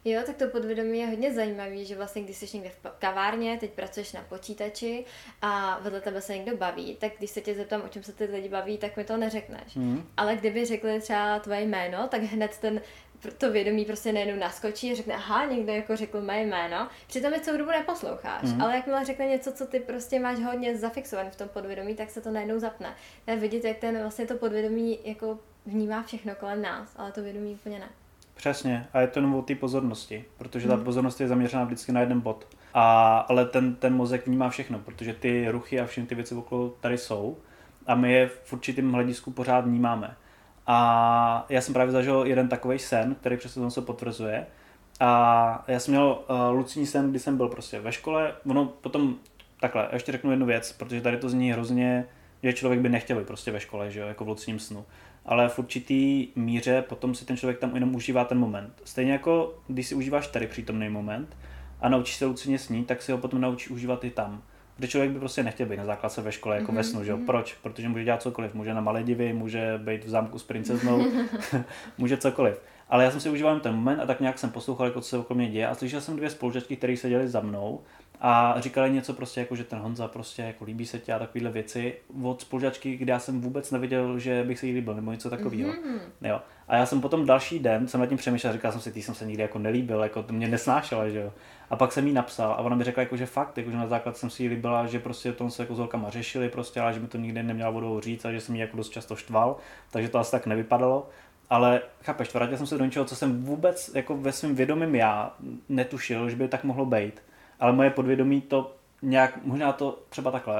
Jo, tak to podvědomí je hodně zajímavý, že vlastně když jsi někde v kavárně, teď pracuješ na počítači a vedle tebe se někdo baví, tak když se tě zeptám, o čem se ty lidi baví, tak mi to neřekneš. Mm. Ale kdyby řekli třeba tvoje jméno, tak hned ten to vědomí prostě najednou naskočí a řekne, aha, někdo jako řekl mé jméno, přitom je celou dobu neposloucháš, mm. ale jakmile řekne něco, co ty prostě máš hodně zafixovaný v tom podvědomí, tak se to najednou zapne. Je vidět, jak ten vlastně to podvědomí jako vnímá všechno kolem nás, ale to vědomí úplně ne. Přesně, a je to jenom o té pozornosti, protože ta pozornost je zaměřená vždycky na jeden bod. A, ale ten, ten mozek vnímá všechno, protože ty ruchy a všechny ty věci okolo tady jsou a my je v určitém hledisku pořád vnímáme. A já jsem právě zažil jeden takovej sen, který přesně tomu se potvrzuje. A já jsem měl uh, lucidní sen, kdy jsem byl prostě ve škole. Ono potom, takhle, ještě řeknu jednu věc, protože tady to zní hrozně, že člověk by nechtěl být prostě ve škole, že jo, jako v lucidním snu. Ale v určitý míře potom si ten člověk tam jenom užívá ten moment. Stejně jako když si užíváš tady přítomný moment a naučíš se lucidně snít, tak si ho potom naučíš užívat i tam. Protože člověk by prostě nechtěl být na základce ve škole jako mm-hmm. ve snu, že jo? Proč? Protože může dělat cokoliv. Může na Maledivy, může být v zámku s princeznou, může cokoliv. Ale já jsem si užíval ten moment a tak nějak jsem poslouchal, jako co se okolo mě děje a slyšel jsem dvě spolužačky, které seděly za mnou a říkali něco prostě jako, že ten Honza prostě jako líbí se tě a takovéhle věci od spolužačky, kde já jsem vůbec neviděl, že bych se jí líbil nebo něco takového. Mm-hmm. Jo. A já jsem potom další den jsem nad tím přemýšlel, říkal jsem si, ty jsem se nikdy jako nelíbil, jako to mě nesnášela, že jo. A pak jsem jí napsal a ona mi řekla, jako, že fakt, jako, že na základ jsem si jí líbila, že prostě to se jako s holkama řešili prostě, ale že mi to nikdy neměla vodou říct a že jsem jí jako dost často štval, takže to asi tak nevypadalo. Ale chápeš, vrátil jsem se do něčeho, co jsem vůbec jako ve svém vědomím já netušil, že by tak mohlo být. Ale moje podvědomí to nějak, možná to třeba takhle,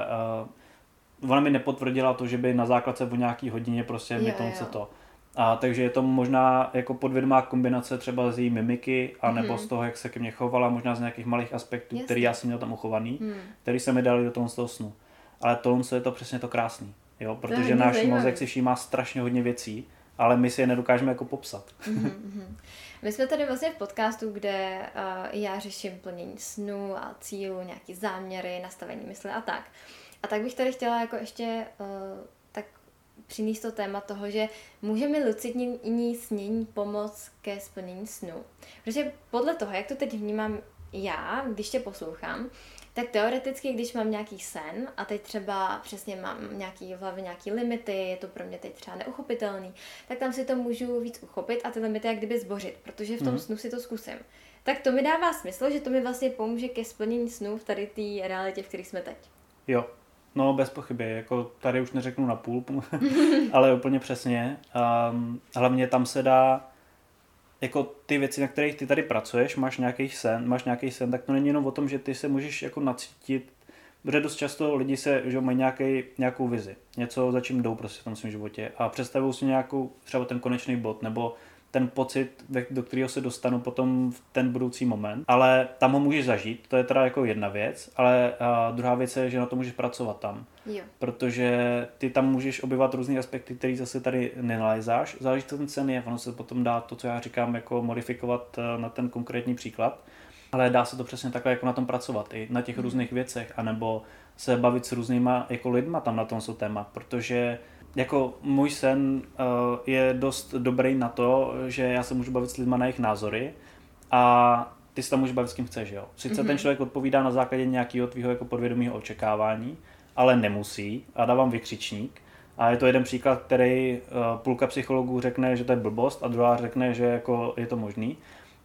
uh, ona mi nepotvrdila to, že by na základce o nějaký hodině prostě mi to to. A takže je to možná jako podvědomá kombinace třeba z její mimiky, anebo mm. z toho, jak se ke mně chovala, možná z nějakých malých aspektů, který já jsem měl tam uchovaný, mm. který se mi dali do toho, z toho snu. Ale tohle je to přesně to krásný, jo? Protože náš zajímavý. Mozek si všímá strašně hodně věcí, ale my si je nedokážeme jako popsat. Mm-hmm. My jsme tady vlastně v podcastu, kde uh, já řeším plnění snů a cílů, nějaký záměry, nastavení mysli a tak. A tak bych tady chtěla jako ještě uh, tak přinést to téma toho, že může mi lucidní snění pomoct ke splnění snů. Protože podle toho, jak to teď vnímám já, když tě poslouchám, tak teoreticky, když mám nějaký sen a teď třeba přesně mám nějaký v hlavě nějaký limity, je to pro mě teď třeba neuchopitelný, tak tam si to můžu víc uchopit a ty limity jak kdyby zbořit, protože v tom mm. snu si to zkusím. Tak to mi dává smysl, že to mi vlastně pomůže ke splnění snů v tady té realitě, v které jsme teď. Jo, no bez pochyby, jako tady už neřeknu na půl, ale úplně přesně. Um, hlavně tam se dá jako ty věci, na kterých ty tady pracuješ, máš nějaký sen, máš nějaký sen, tak to není jenom o tom, že ty se můžeš jako nacítit, protože dost často lidi se, že mají nějaký, nějakou vizi, něco, za čím jdou prostě v tom svém životě a představují si nějakou, třeba ten konečný bod, nebo ten pocit, do kterého se dostanu potom v ten budoucí moment, ale tam ho můžeš zažít, to je teda jako jedna věc, ale uh, druhá věc je, že na to můžeš pracovat tam, jo. Protože ty tam můžeš objevovat různý aspekty, které zase tady nenalézáš, záleží, co ten sen je, ono se potom dá to, co já říkám, jako modifikovat uh, na ten konkrétní příklad, ale dá se to přesně takhle jako na tom pracovat, i na těch hmm. různých věcech, anebo se bavit s různýma jako lidma tam na tom jsou téma, protože jako můj sen uh, je dost dobrý na to, že já se můžu bavit s lidma na jejich názory a ty se tam můžeš bavit s kým chceš, jo. Sice mm-hmm. ten člověk odpovídá na základě nějakého tvýho jako podvědomého očekávání, ale nemusí a dávám vykřičník. A je to jeden příklad, který uh, půlka psychologů řekne, že to je blbost a druhá řekne, že jako je to možný.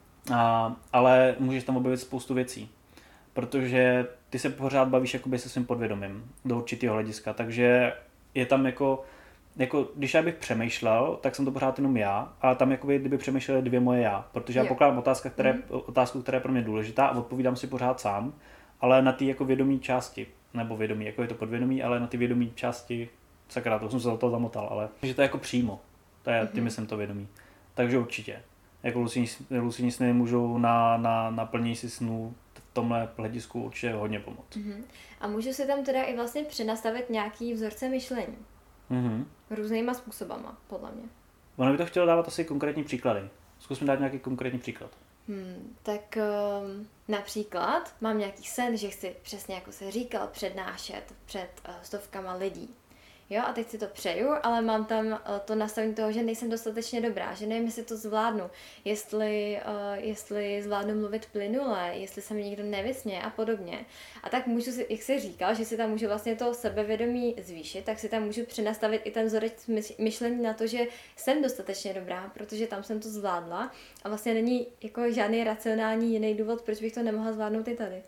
A, ale můžeš tam objevit spoustu věcí, protože ty se pořád bavíš jakoby se svým podvědomím do určitého hlediska, takže je tam jako, jako, když já bych přemýšlel, tak jsem to pořád jenom já, ale tam jakoby, kdyby přemýšleli dvě moje já, protože já pokládám otázka, které, mm. otázku, která je pro mě důležitá a odpovídám si pořád sám, ale na ty jako vědomí části, nebo vědomí, jako je to podvědomí, ale na ty vědomí části, sakra, to jsem se za to zamotal, ale že to je jako přímo, to je, tím jsem to vědomí, takže určitě, jako lucidní sny můžou na, na, na plnění si snů v tomhle hledisku určitě hodně pomoct. Mm-hmm. A můžu si tam teda i vlastně přenastavit nějaký vzorce myšlení. Mm-hmm. Různýma způsobama, podle mě. Ono by to chtělo dávat asi konkrétní příklady. Zkus mi dát nějaký konkrétní příklad. Hmm, tak um, například mám nějaký sen, že chci přesně jako se říkal přednášet před uh, stovkama lidí. Jo, a teď si to přeju, ale mám tam to nastavení toho, že nejsem dostatečně dobrá, že nevím, jestli to zvládnu, jestli, uh, jestli zvládnu mluvit plynule, jestli se mi někdo nevysměje a podobně. A tak můžu si, jak jsi říkal, že si tam můžu vlastně to sebevědomí zvýšit, tak si tam můžu přenastavit i ten vzorec myšlení na to, že jsem dostatečně dobrá, protože tam jsem to zvládla a vlastně není jako žádný racionální jiný důvod, proč bych to nemohla zvládnout i tady.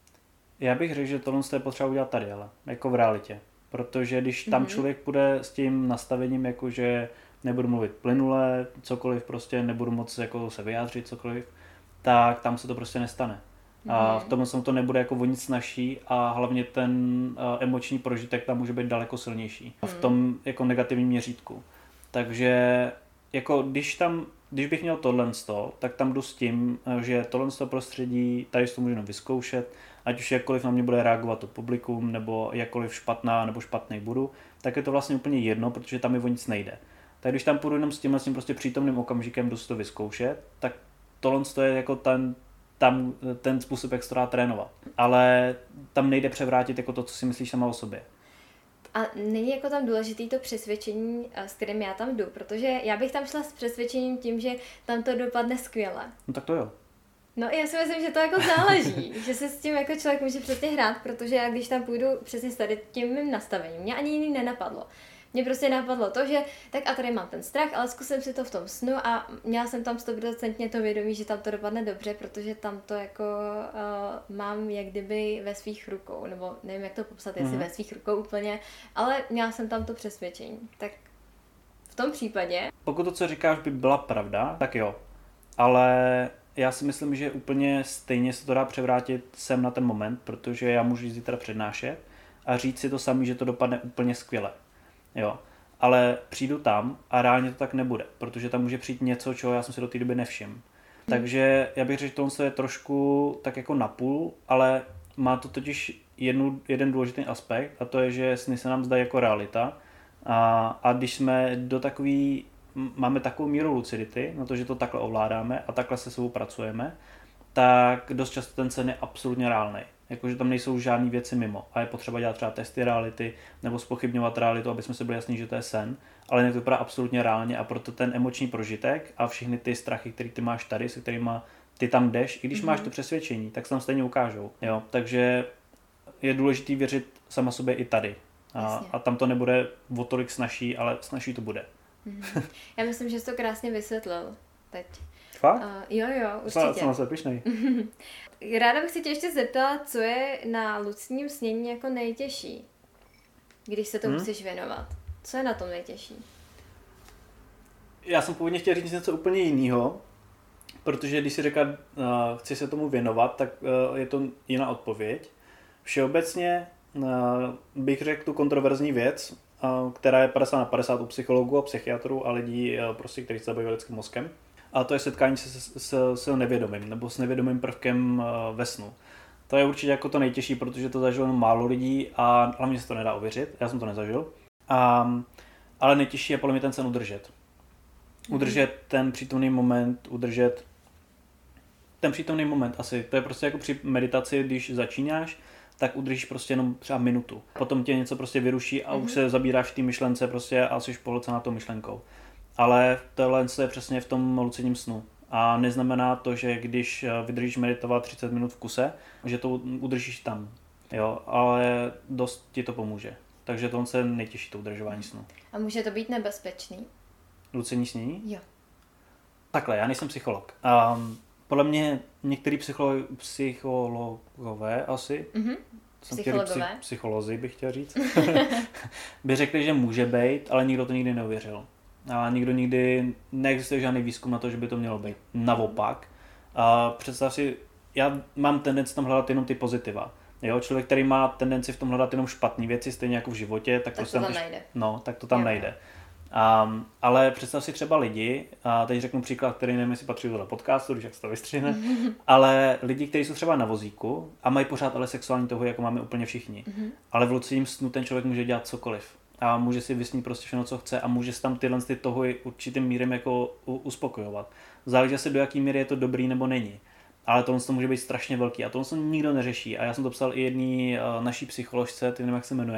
Já bych řekl, že tohle je potřeba udělat tady, ale jako v realitě. Protože když tam mm-hmm. člověk půjde s tím nastavením, jako že nebudu mluvit plynule, cokoliv prostě, nebudu moc jako se vyjádřit, cokoliv, tak tam se to prostě nestane. Mm-hmm. A v tom to nebude jako o nic snažší a hlavně ten uh, emoční prožitek tam může být daleko silnější. Mm-hmm. V tom jako negativním měřítku. Takže jako když tam, když bych měl tohle, tak tam jdu s tím, že tohle prostředí, tady to můžu vyzkoušet, ať už jakkoliv na mě bude reagovat to publikum, nebo jakkoliv špatná nebo špatný budu, tak je to vlastně úplně jedno, protože tam mi o nic nejde. Tak když tam půjdu jenom s tímhle s tím prostě přítomným okamžikem, jdu si to vyzkoušet, tak tohle je jako ten, tam, ten způsob, jak se to dá trénovat. Ale tam nejde převrátit jako to, co si myslíš sama o sobě. A není jako tam důležitý to přesvědčení, s kterým já tam jdu, protože já bych tam šla s přesvědčením tím, že tam to dopadne skvěle. No tak to jo. No já si myslím, že to jako záleží, že se s tím jako člověk může přesně hrát, protože já když tam půjdu přesně s tady tím mým nastavením, mě ani jiný nenapadlo. Mně prostě napadlo to, že tak a tady mám ten strach, ale zkusím si to v tom snu a měla jsem tam sto procent to vědomí, že tam to dopadne dobře, protože tam to jako uh, mám jak kdyby ve svých rukou, nebo nevím, jak to popsat, jestli mm-hmm. ve svých rukou úplně, ale měla jsem tam to přesvědčení. Tak v tom případě... Pokud to, co říkáš, by byla pravda, tak jo, ale... Já si myslím, že úplně stejně se to dá převrátit sem na ten moment, protože já můžu zítra přednášet a říct si to samý, že to dopadne úplně skvěle. Jo. Ale přijdu tam a reálně to tak nebude, protože tam může přijít něco, čeho já jsem si do té doby nevšiml. Hmm. Takže já bych řekl, že tohle je trošku tak jako napůl, ale má to totiž jednu, jeden důležitý aspekt a to je, že sny se nám zdají jako realita a, a když jsme do takový máme takovou míru lucidity, na to, že to takhle ovládáme a takhle se sebou pracujeme, tak dost často ten sen je absolutně reálný. Jakože tam nejsou žádné věci mimo a je potřeba dělat třeba testy reality nebo zpochybňovat realitu, aby jsme si byli jasní, že to je sen, ale jinak to vypadá absolutně reálně a proto ten emoční prožitek a všechny ty strachy, které ty máš tady, se kterými ty tam jdeš, i když mm-hmm. máš to přesvědčení, tak se tam stejně ukážou. Jo? Takže je důležitý věřit sama sobě i tady. A, a tam to nebude o tolik snažší, ale snažší to bude. Já myslím, že jsi to krásně vysvětlil teď. Fakt? Uh, jo, jo, určitě. Jsem se pišnej. Ráda bych se tě ještě zeptala, co je na lucidním snění jako nejtěžší, když se tomu hmm? chceš věnovat. Co je na tom nejtěžší? Já jsem původně chtěl říct něco úplně jiného, protože když si říká, uh, chci se tomu věnovat, tak uh, je to jiná odpověď. Všeobecně uh, bych řekl tu kontroverzní věc, která je padesát na padesát u psychologů a psychiatrů a lidí, prostě, kteří se zabývají lidským mozkem. A to je setkání se s, s, s nevědomým, nebo s nevědomým prvkem ve snu. To je určitě jako to nejtěžší, protože to zažilo jenom málo lidí a hlavně se to nedá ověřit, já jsem to nezažil. A, ale nejtěžší je podle mě ten sen udržet. Udržet ten přítomný moment, udržet ten přítomný moment asi. To je prostě jako při meditaci, když začínáš, tak udržíš prostě jenom třeba minutu. Potom tě něco prostě vyruší a mm-hmm. už se zabíráš v té myšlence prostě a jsi pohlcená tou myšlenkou. Ale tohle je přesně v tom lucidním snu. A neznamená to, že když vydržíš meditovat třicet minut v kuse, že to udržíš tam. Jo, ale dost ti to pomůže. Takže to je nejtěžší to udržování snu. A může to být nebezpečný? Lucidní snění? Jo. Takhle, já nejsem psycholog. Um, podle mě některý psycholo- psychologové asi, mm-hmm. psychologové. Psy- psycholozi bych chtěl říct, by řekli, že může být, ale nikdo to nikdy neuvěřil. A nikdo nikdy, neexistuje žádný výzkum na to, že by to mělo být. Naopak. A představ si, já mám tendenci tam hledat jenom ty pozitiva. Jo, člověk, který má tendenci v tom hledat jenom špatné věci, stejně jako v životě, tak, tak prostě to tam ty, najde. No, tak to tam jo. najde. Um, ale představ si třeba lidi, a teď řeknu příklad, který nevím, jestli patří do podcastu, když jak se to vystřihne, ale lidi, kteří jsou třeba na vozíku a mají pořád ale sexuální touhu, jako máme úplně všichni. Mm-hmm. Ale v lucidním snu ten člověk může dělat cokoliv. A může si vysnít prostě všechno, co chce a může si tam tyhle ty touhy určitým mírem jako uspokojovat. Záleží asi, do jaký míry je to dobrý nebo není. Ale tohle to může být strašně velký a tohle to nikdo neřeší. A já jsem to psal i jedný uh, naší psycholožce, ty nevím, jak se jmenuje,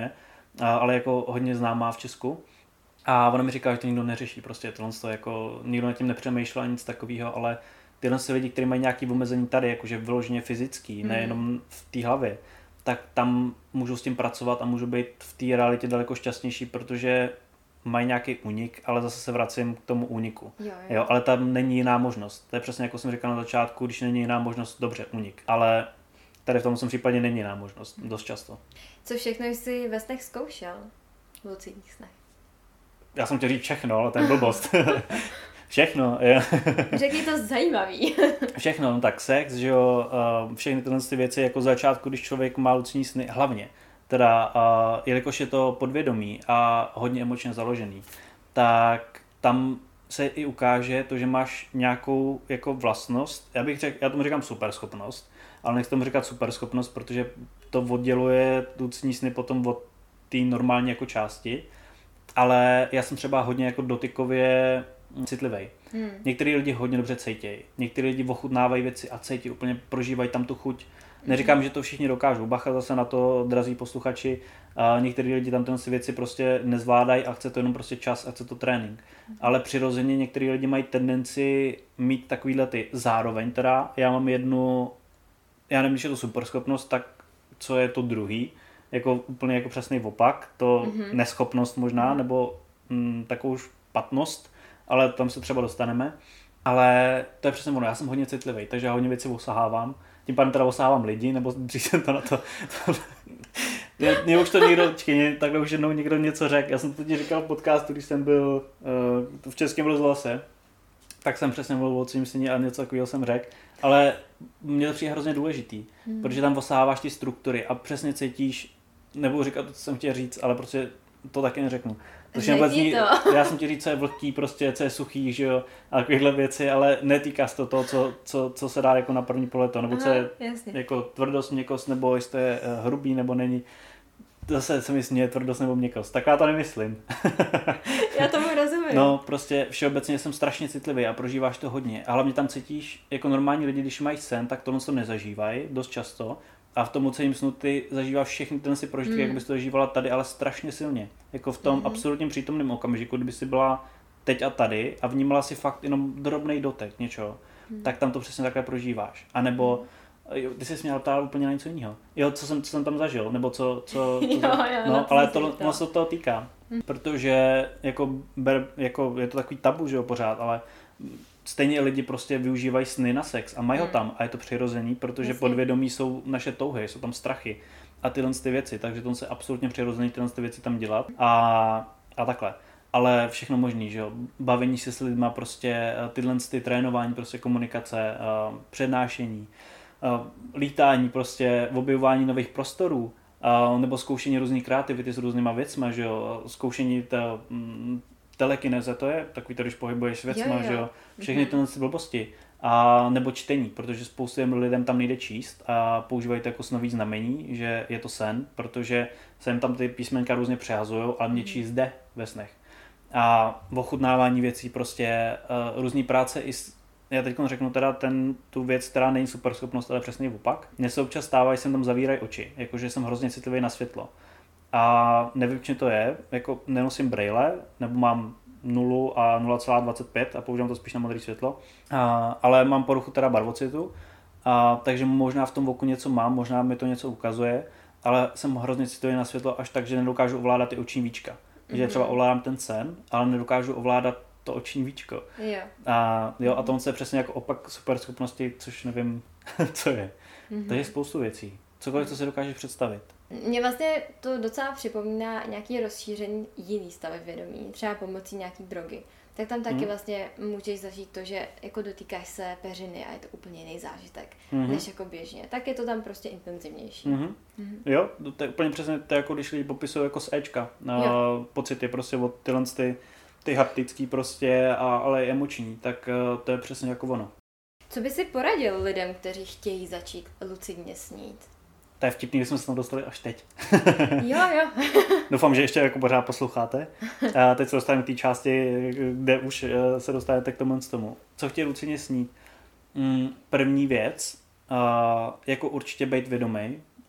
ale jako hodně známá v Česku. A ona mi říká, že to nikdo neřeší, prostě tohle to jako, nikdo nad tím nepřemýšlel nic takového, ale tyhle si lidi, kteří mají nějaké omezení tady, jakože vyloženě fyzický, mm. nejenom v té hlavě, tak tam můžou s tím pracovat a můžou být v té realitě daleko šťastnější, protože mají nějaký únik, ale zase se vracím k tomu úniku. Jo, jo. Jo, ale tam není jiná možnost. To je přesně jako jsem říkal na začátku, když není jiná možnost, dobře, únik. Ale tady v tomto případě není jiná možnost, dost často. Co všechno jsi ve snech zkoušel? V lucidních snech. Já jsem chtěl říct všechno, ale to je blbost. Všechno. Je. Řekni to zajímavý. Všechno, no tak sex, že jo, všechny tyhle ty věci jako začátku, když člověk má lucidní sny, hlavně. Teda, uh, jelikož je to podvědomí a hodně emočně založený, tak tam se i ukáže to, že máš nějakou jako vlastnost, já bych řekl, já tomu říkám superschopnost, ale nechci tomu říkat superschopnost, protože to odděluje lucidní sny potom od té normální jako části, ale já jsem třeba hodně jako dotykově citlivý. Hmm. Některý lidi hodně dobře cítějí, některý lidi ochutnávají věci a cítí, úplně prožívají tam tu chuť. Neříkám, hmm. že to všichni dokážou, bacha zase na to, drazí posluchači, a některý lidi tam tyhle věci prostě nezvládají a chce to jenom prostě čas a chce to trénink. Hmm. Ale přirozeně některý lidi mají tendenci mít takovýhle ty. Zároveň teda, já mám jednu, já nevím, když je to superschopnost, tak co je to druhý, jako úplně jako přesný opak, to mm-hmm. neschopnost možná, nebo mm, takovou špatnost, ale tam se třeba dostaneme. Ale to je přesně ono, já jsem hodně citlivý, takže já hodně věci osahávám. Tím pádem teda osahávám lidi, nebo dřív jsem to na to... Mně už to někdo, čkej, takhle už jednou někdo něco řekl. Já jsem to ti říkal v podcastu, když jsem byl uh, v Českém rozhlase, tak jsem přesně mluvil o svým syni a něco takového jsem řekl. Ale mně to přijde hrozně důležitý, hmm. protože tam osaháváš ty struktury a přesně cítíš, nebudu říkat to, co jsem chtěl říct, ale prostě to taky neřeknu. Zní, já jsem ti říct, co je vlhký, prostě, co je suchý, že jo, a takovéhle věci, ale netýká se to toho, co, co, co se dá jako na první pohled, nebo aha, co je jasně. Jako tvrdost, měkkost, nebo jestli to je hrubý, nebo není. Zase se mi směje tvrdost nebo měkkost, tak já to nemyslím. Já tomu rozumím. No, prostě všeobecně jsem strašně citlivý a prožíváš to hodně. A hlavně tam cítíš, jako normální lidi, když mají sen, tak tohle to nezažívají dost často. A v tom lucidním snu ty zažíváš všechny ten si prožitky, mm. jak bys to zažívala tady, ale strašně silně. Jako v tom mm. absolutním přítomném okamžiku, kdyby si byla teď a tady a vnímala si fakt jenom drobnej dotek něčeho, mm. tak tam to přesně takhle prožíváš. A nebo jo, ty jsi se měla ptát úplně na něco jiného. Jo, co jsem, co jsem tam zažil, nebo co... co, co jo, za... jo, no, ale to, to se toho týká. Mm. Protože jako, ber, jako je to takový tabu, že jo, pořád, ale stejně lidi prostě využívají sny na sex a mají hmm. ho tam a je to přirozený, protože Jasně. podvědomí jsou naše touhy, jsou tam strachy a tyhle ty věci, takže to je absolutně přirozený tyhle ty věci tam dělat a, a takhle. Ale všechno možný, že jo, bavení se s lidma, prostě tyhle ty trénování, prostě komunikace, přednášení, lítání, prostě objevování nových prostorů, nebo zkoušení různých kreativity s různýma věcma, že jo, zkoušení to, telekineze, to je takový to, když pohybuješ s věcma, jo, jo. že jo, všechny tyhle mm-hmm. blbosti. A nebo čtení, protože spoustu lidem tam nejde číst a používají to jako snový znamení, že je to sen, protože se jim tam ty písmenka různě přehazujou, ale mě číst jde ve snech. A ochutnávání věcí, prostě uh, různý práce i s, já teď řeknu teda ten, tu věc, která není superschopnost, ale přesně opak. Mně se občas stává, že jsem tam zavírají oči, jakože jsem hrozně citlivý na světlo. A nevím, čím to je, jako nenosím brejle, nebo mám nulu a nula celá dvacet pět a používám to spíš na modré světlo, a, ale mám poruchu teda barvocitu, a, takže možná v tom oku něco mám, možná mi to něco ukazuje, ale jsem hrozně citlivý na světlo až tak, že nedokážu ovládat ty oční víčka. Mm-hmm. Že třeba ovládám ten sen, ale nedokážu ovládat to oční víčko. Jo. A, jo, a to je přesně jako opak superschopnosti, což nevím, co je. Mm-hmm. To je spoustu věcí. Cokoliv, co si dokážeš představit. Mně vlastně to docela připomíná nějaké rozšíření jiný stavy vědomí, třeba pomocí nějaký drogy. Tak tam taky mm. vlastně můžeš zažít to, že jako dotýkáš se peřiny a je to úplně jiný zážitek, mm-hmm. než jako běžně. Tak je to tam prostě intenzivnější. Mm-hmm. Mm-hmm. Jo, to je úplně přesně to, jako když lidi popisují jako z Ečka. Uh, pocity prostě od tyhle ty, ty haptický prostě, a, ale i emoční, tak uh, to je přesně jako ono. Co by si poradil lidem, kteří chtějí začít lucidně snít? To je vtipný, že jsme se tam dostali až teď. Jo, jo. Doufám, že ještě jako pořád posloucháte. A teď se dostaneme k té části, kde už se dostanete k tomu z tomu. Co chtějí lucidně snít? První věc, jako určitě být vědomý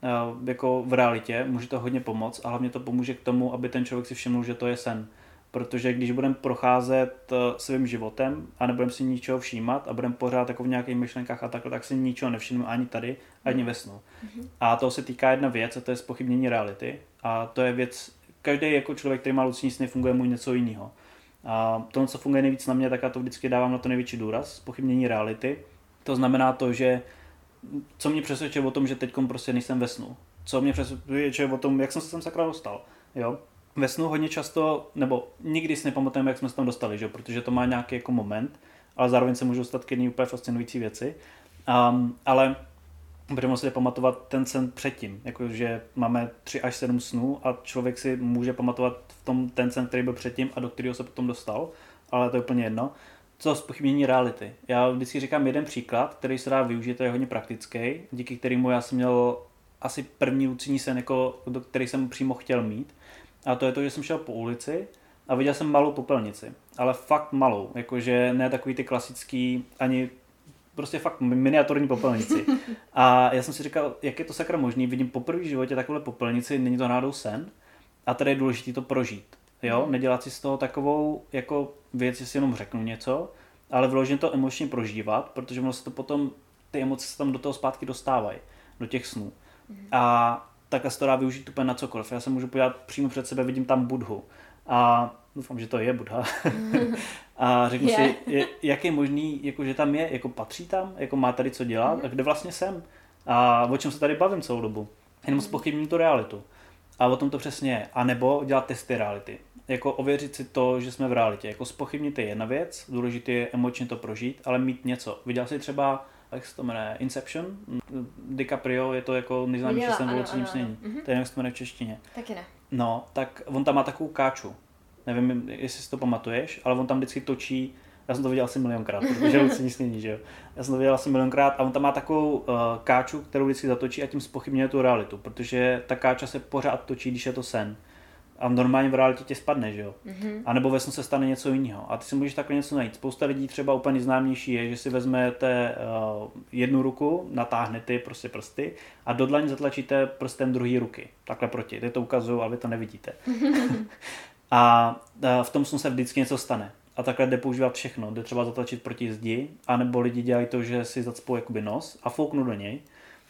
jako v realitě, může to hodně pomoct a hlavně to pomůže k tomu, aby ten člověk si všiml, že to je sen. Protože když budeme procházet svým životem a nebudeme si ničeho všímat a budeme pořád jako v nějakých myšlenkách a takhle, tak si ničeho nevšimneme ani tady, ani ve snu. Mm-hmm. A toho se týká jedna věc, a to je zpochybnění reality. A to je věc, každý jako člověk, který má lucidní sny, funguje mu něco jiného. A to, co funguje nejvíc na mě, tak já to vždycky dávám na to největší důraz, zpochybnění reality. To znamená to, že co mě přesvědčuje o tom, že teďkom prostě nejsem ve snu. Co mě přesvědčuje o tom, jak jsem se tam sakra dostal. Jo? Ve snu hodně často, nebo nikdy si nepamatujeme, jak jsme se tam dostali, že? Protože to má nějaký jako moment, ale zároveň se můžou stát jedný úplně fascinující věci. Um, ale budeme si pamatovat ten sen předtím, jakože máme tři až sedm snů a člověk si může pamatovat v tom ten sen, který byl předtím a do kterého se potom dostal, ale to je úplně jedno. Co zpochybnění reality. Já vždycky říkám jeden příklad, který se dá využít, to je hodně praktický, díky kterému já jsem měl asi první lucidní sen, jako, do který jsem přímo chtěl mít. A to je to, že jsem šel po ulici a viděl jsem malou popelnici, ale fakt malou, jakože ne takový ty klasický, ani prostě fakt miniaturní popelnici. A já jsem si říkal, jak je to sakra možný, vidím poprvé v životě takovou popelnici, není to náhodou sen a tady je důležité to prožít. Jo? Nedělat si z toho takovou jako věc, že si jenom řeknu něco, ale vyloženě to emočně prožívat, protože ono se to potom, ty emoce se tam do toho zpátky dostávají, do těch snů. A takhle se to dá využít úplně na cokoliv. Já se můžu podívat přímo před sebe, vidím tam Budhu. A doufám, že to je Buddha. A řeknu yeah. si, je, jak je možný, jako, že tam je, jako patří tam, jako má tady co dělat, mm. a kde vlastně jsem. A o čem se tady bavím celou dobu. Jenom zpochybním tu realitu. A o tom to přesně je. A nebo dělat testy reality. Jako ověřit si to, že jsme v realitě. Jako zpochybnit je jedna věc, důležité je emočně to prožít, ale mít něco. Viděl jsi třeba, jak se to jmenuje, Inception? DiCaprio, je to jako nejznámější sen v lucidním snění. Mm-hmm. To je, jak se to jmenuje v češtině. Taky ne. No, tak on tam má takovou káču. Nevím, jestli si to pamatuješ, ale on tam vždycky točí, já jsem to viděl asi milionkrát, protože je lucidní snění, že jo. Já jsem to viděl asi milionkrát a on tam má takovou uh, káču, kterou vždycky zatočí a tím zpochybňuje tu realitu, protože ta káča se pořád točí, když je to sen. A normálně v realitě tě spadne, že jo. Mm-hmm. A nebo ve snu se stane něco jiného. A ty si můžeš takhle něco najít. Spousta lidí třeba úplně nejznámější je, že si vezmete uh, jednu ruku, natáhnete prostě prsty a do dlaně zatlačíte prstem druhé ruky. Takhle proti. Ty to ukazuju, ale vy to nevidíte. A uh, v tom snu se vždycky něco stane. A takhle jde používat všechno. Jde třeba zatlačit proti zdi, anebo lidi dělají to, že si zacpou jakoby nos a fouknou do něj.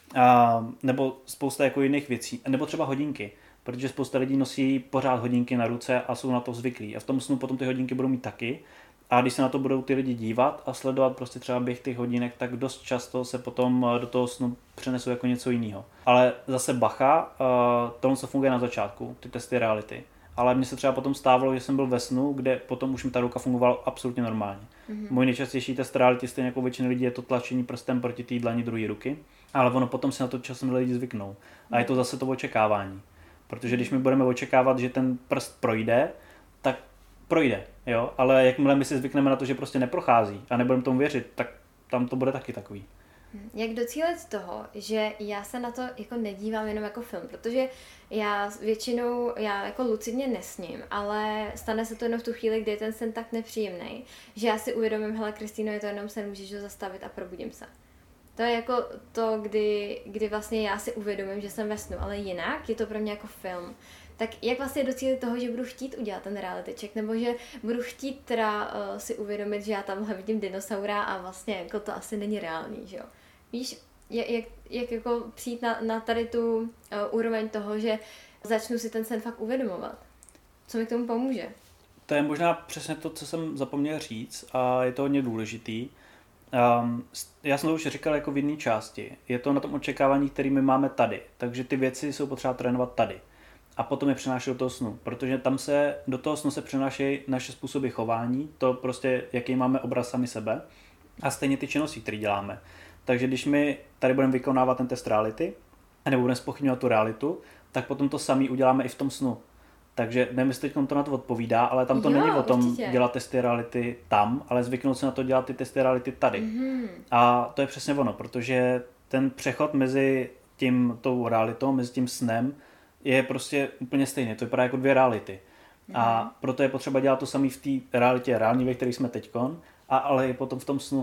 A, nebo spousta jako jiných věcí. Nebo třeba hodinky. Protože spousta lidí nosí pořád hodinky na ruce a jsou na to zvyklí. A v tom snu potom ty hodinky budou mít taky. A když se na to budou ty lidi dívat a sledovat prostě třeba běh těch hodinek, tak dost často se potom do toho snu přenesou jako něco jiného. Ale zase bacha, tohle co funguje na začátku, ty testy reality. Ale mně se třeba potom stávalo, že jsem byl ve snu, kde potom už mi ta ruka fungovala absolutně normálně. Mm-hmm. Můj nejčastější test reality, stejně jako většina lidí, je to tlačení prstem proti té dlani druhé ruky. Ale ono potom si na to časem lidi zvyknou. A je to zase to očekávání. Protože když my budeme očekávat, že ten prst projde, tak projde, jo, ale jakmile my si zvykneme na to, že prostě neprochází a nebudeme tomu věřit, tak tam to bude taky takový. Jak docílit toho, že já se na to jako nedívám jenom jako film, protože já většinou, já jako lucidně nesním, ale stane se to jenom v tu chvíli, kdy je ten sen tak nepříjemný, že já si uvědomím, hele Kristýno, je to jenom sen, můžeš ho zastavit a probudím se. To je jako to, kdy, kdy vlastně já si uvědomím, že jsem ve snu, ale jinak je to pro mě jako film. Tak jak vlastně docílit toho, že budu chtít udělat ten reality check, nebo že budu chtít teda uh, si uvědomit, že já tamhle vidím dinosaura a vlastně jako to asi není reálný, že jo. Víš, jak, jak, jak jako přijít na, na tady tu uh, úroveň toho, že začnu si ten sen fakt uvědomovat. Co mi k tomu pomůže? To je možná přesně to, co jsem zapomněl říct a je to hodně důležitý. Um, já jsem to už říkal jako v jedné části. Je to na tom očekávání, který my máme tady. Takže ty věci jsou potřeba trénovat tady. A potom je přenášet do toho snu. Protože tam se, do toho snu se přenášejí naše způsoby chování, to prostě, jaký máme obraz sami sebe a stejně ty činnosti, které děláme. Takže když my tady budeme vykonávat ten test reality, nebo budeme zpochybňovat tu realitu, tak potom to samý uděláme i v tom snu. Takže nevím, jestli teď to na to odpovídá, ale tam to jo, není o tom určitě. Dělat testy reality tam, ale zvyknout se na to dělat ty testy reality tady. Mm-hmm. A to je přesně ono, protože ten přechod mezi tím tou realitou, mezi tím snem je prostě úplně stejný. To vypadá jako dvě reality. Mm-hmm. A proto je potřeba dělat to samé v té realitě reální, ve které jsme teďkon, a ale i potom v tom snu.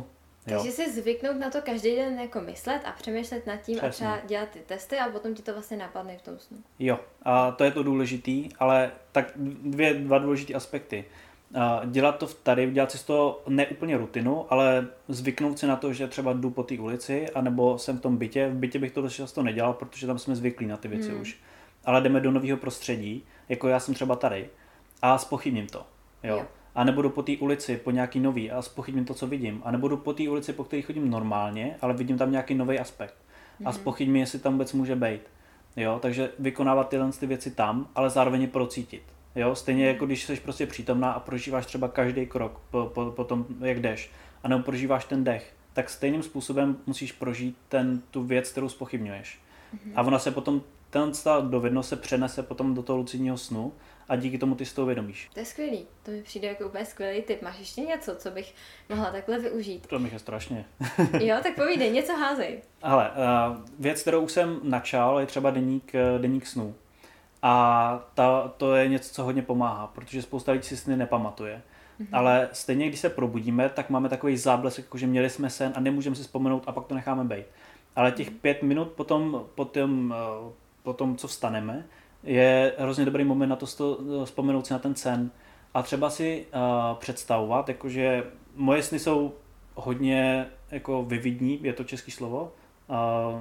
Takže si zvyknout na to každý den jako myslet a přemýšlet nad tím. Přesně. A třeba dělat ty testy a potom ti to vlastně napadne v tom snu. Jo, a to je to důležitý, ale tak dvě, dva důležitý aspekty. Dělat to tady, dělat si z toho ne úplně rutinu, ale zvyknout si na to, že třeba jdu po té ulici, anebo jsem v tom bytě. V bytě bych to dost často nedělal, protože tam jsme zvyklí na ty věci hmm. už. Ale jdeme do nového prostředí, jako já jsem třeba tady, a zpochybním to. Jo. Jo. A nebo jdu po té ulici, po nějaký nový a zpochybním to, co vidím. A nebo jdu po té ulici, po které chodím normálně, ale vidím tam nějaký nový aspekt. Hmm. A zpochybním, jestli tam vůbec může být. Jo. Takže vykonávat tyhle ty věci tam, ale zároveň je procítit. Jo, stejně jako když jsi prostě přítomná a prožíváš třeba každý krok po, po, po tom, jak jdeš, a nebo prožíváš ten dech, tak stejným způsobem musíš prožít ten, tu věc, kterou zpochybňuješ. Mm-hmm. A ona se potom, ten dovednost se přenese potom do toho lucidního snu a díky tomu ty si to uvědomíš. To je skvělý, to mi přijde jako úplně skvělý tip. Máš ještě něco, co bych mohla takhle využít? To mi je strašně. Jo, tak povídej, něco házej. Hele, věc, kterou už jsem načal, je třeba deník, deník snů. A ta, to je něco, co hodně pomáhá, protože spousta lidí si sny nepamatuje. Mm-hmm. Ale stejně, když se probudíme, tak máme takový záblesk, jako že měli jsme sen a nemůžeme si vzpomenout a pak to necháme být. Ale těch pět minut potom, potom, potom, co vstaneme, je hrozně dobrý moment na to vzpomenout si na ten sen. A třeba si uh, představovat, jakože moje sny jsou hodně jako vividní, je to český slovo? Uh,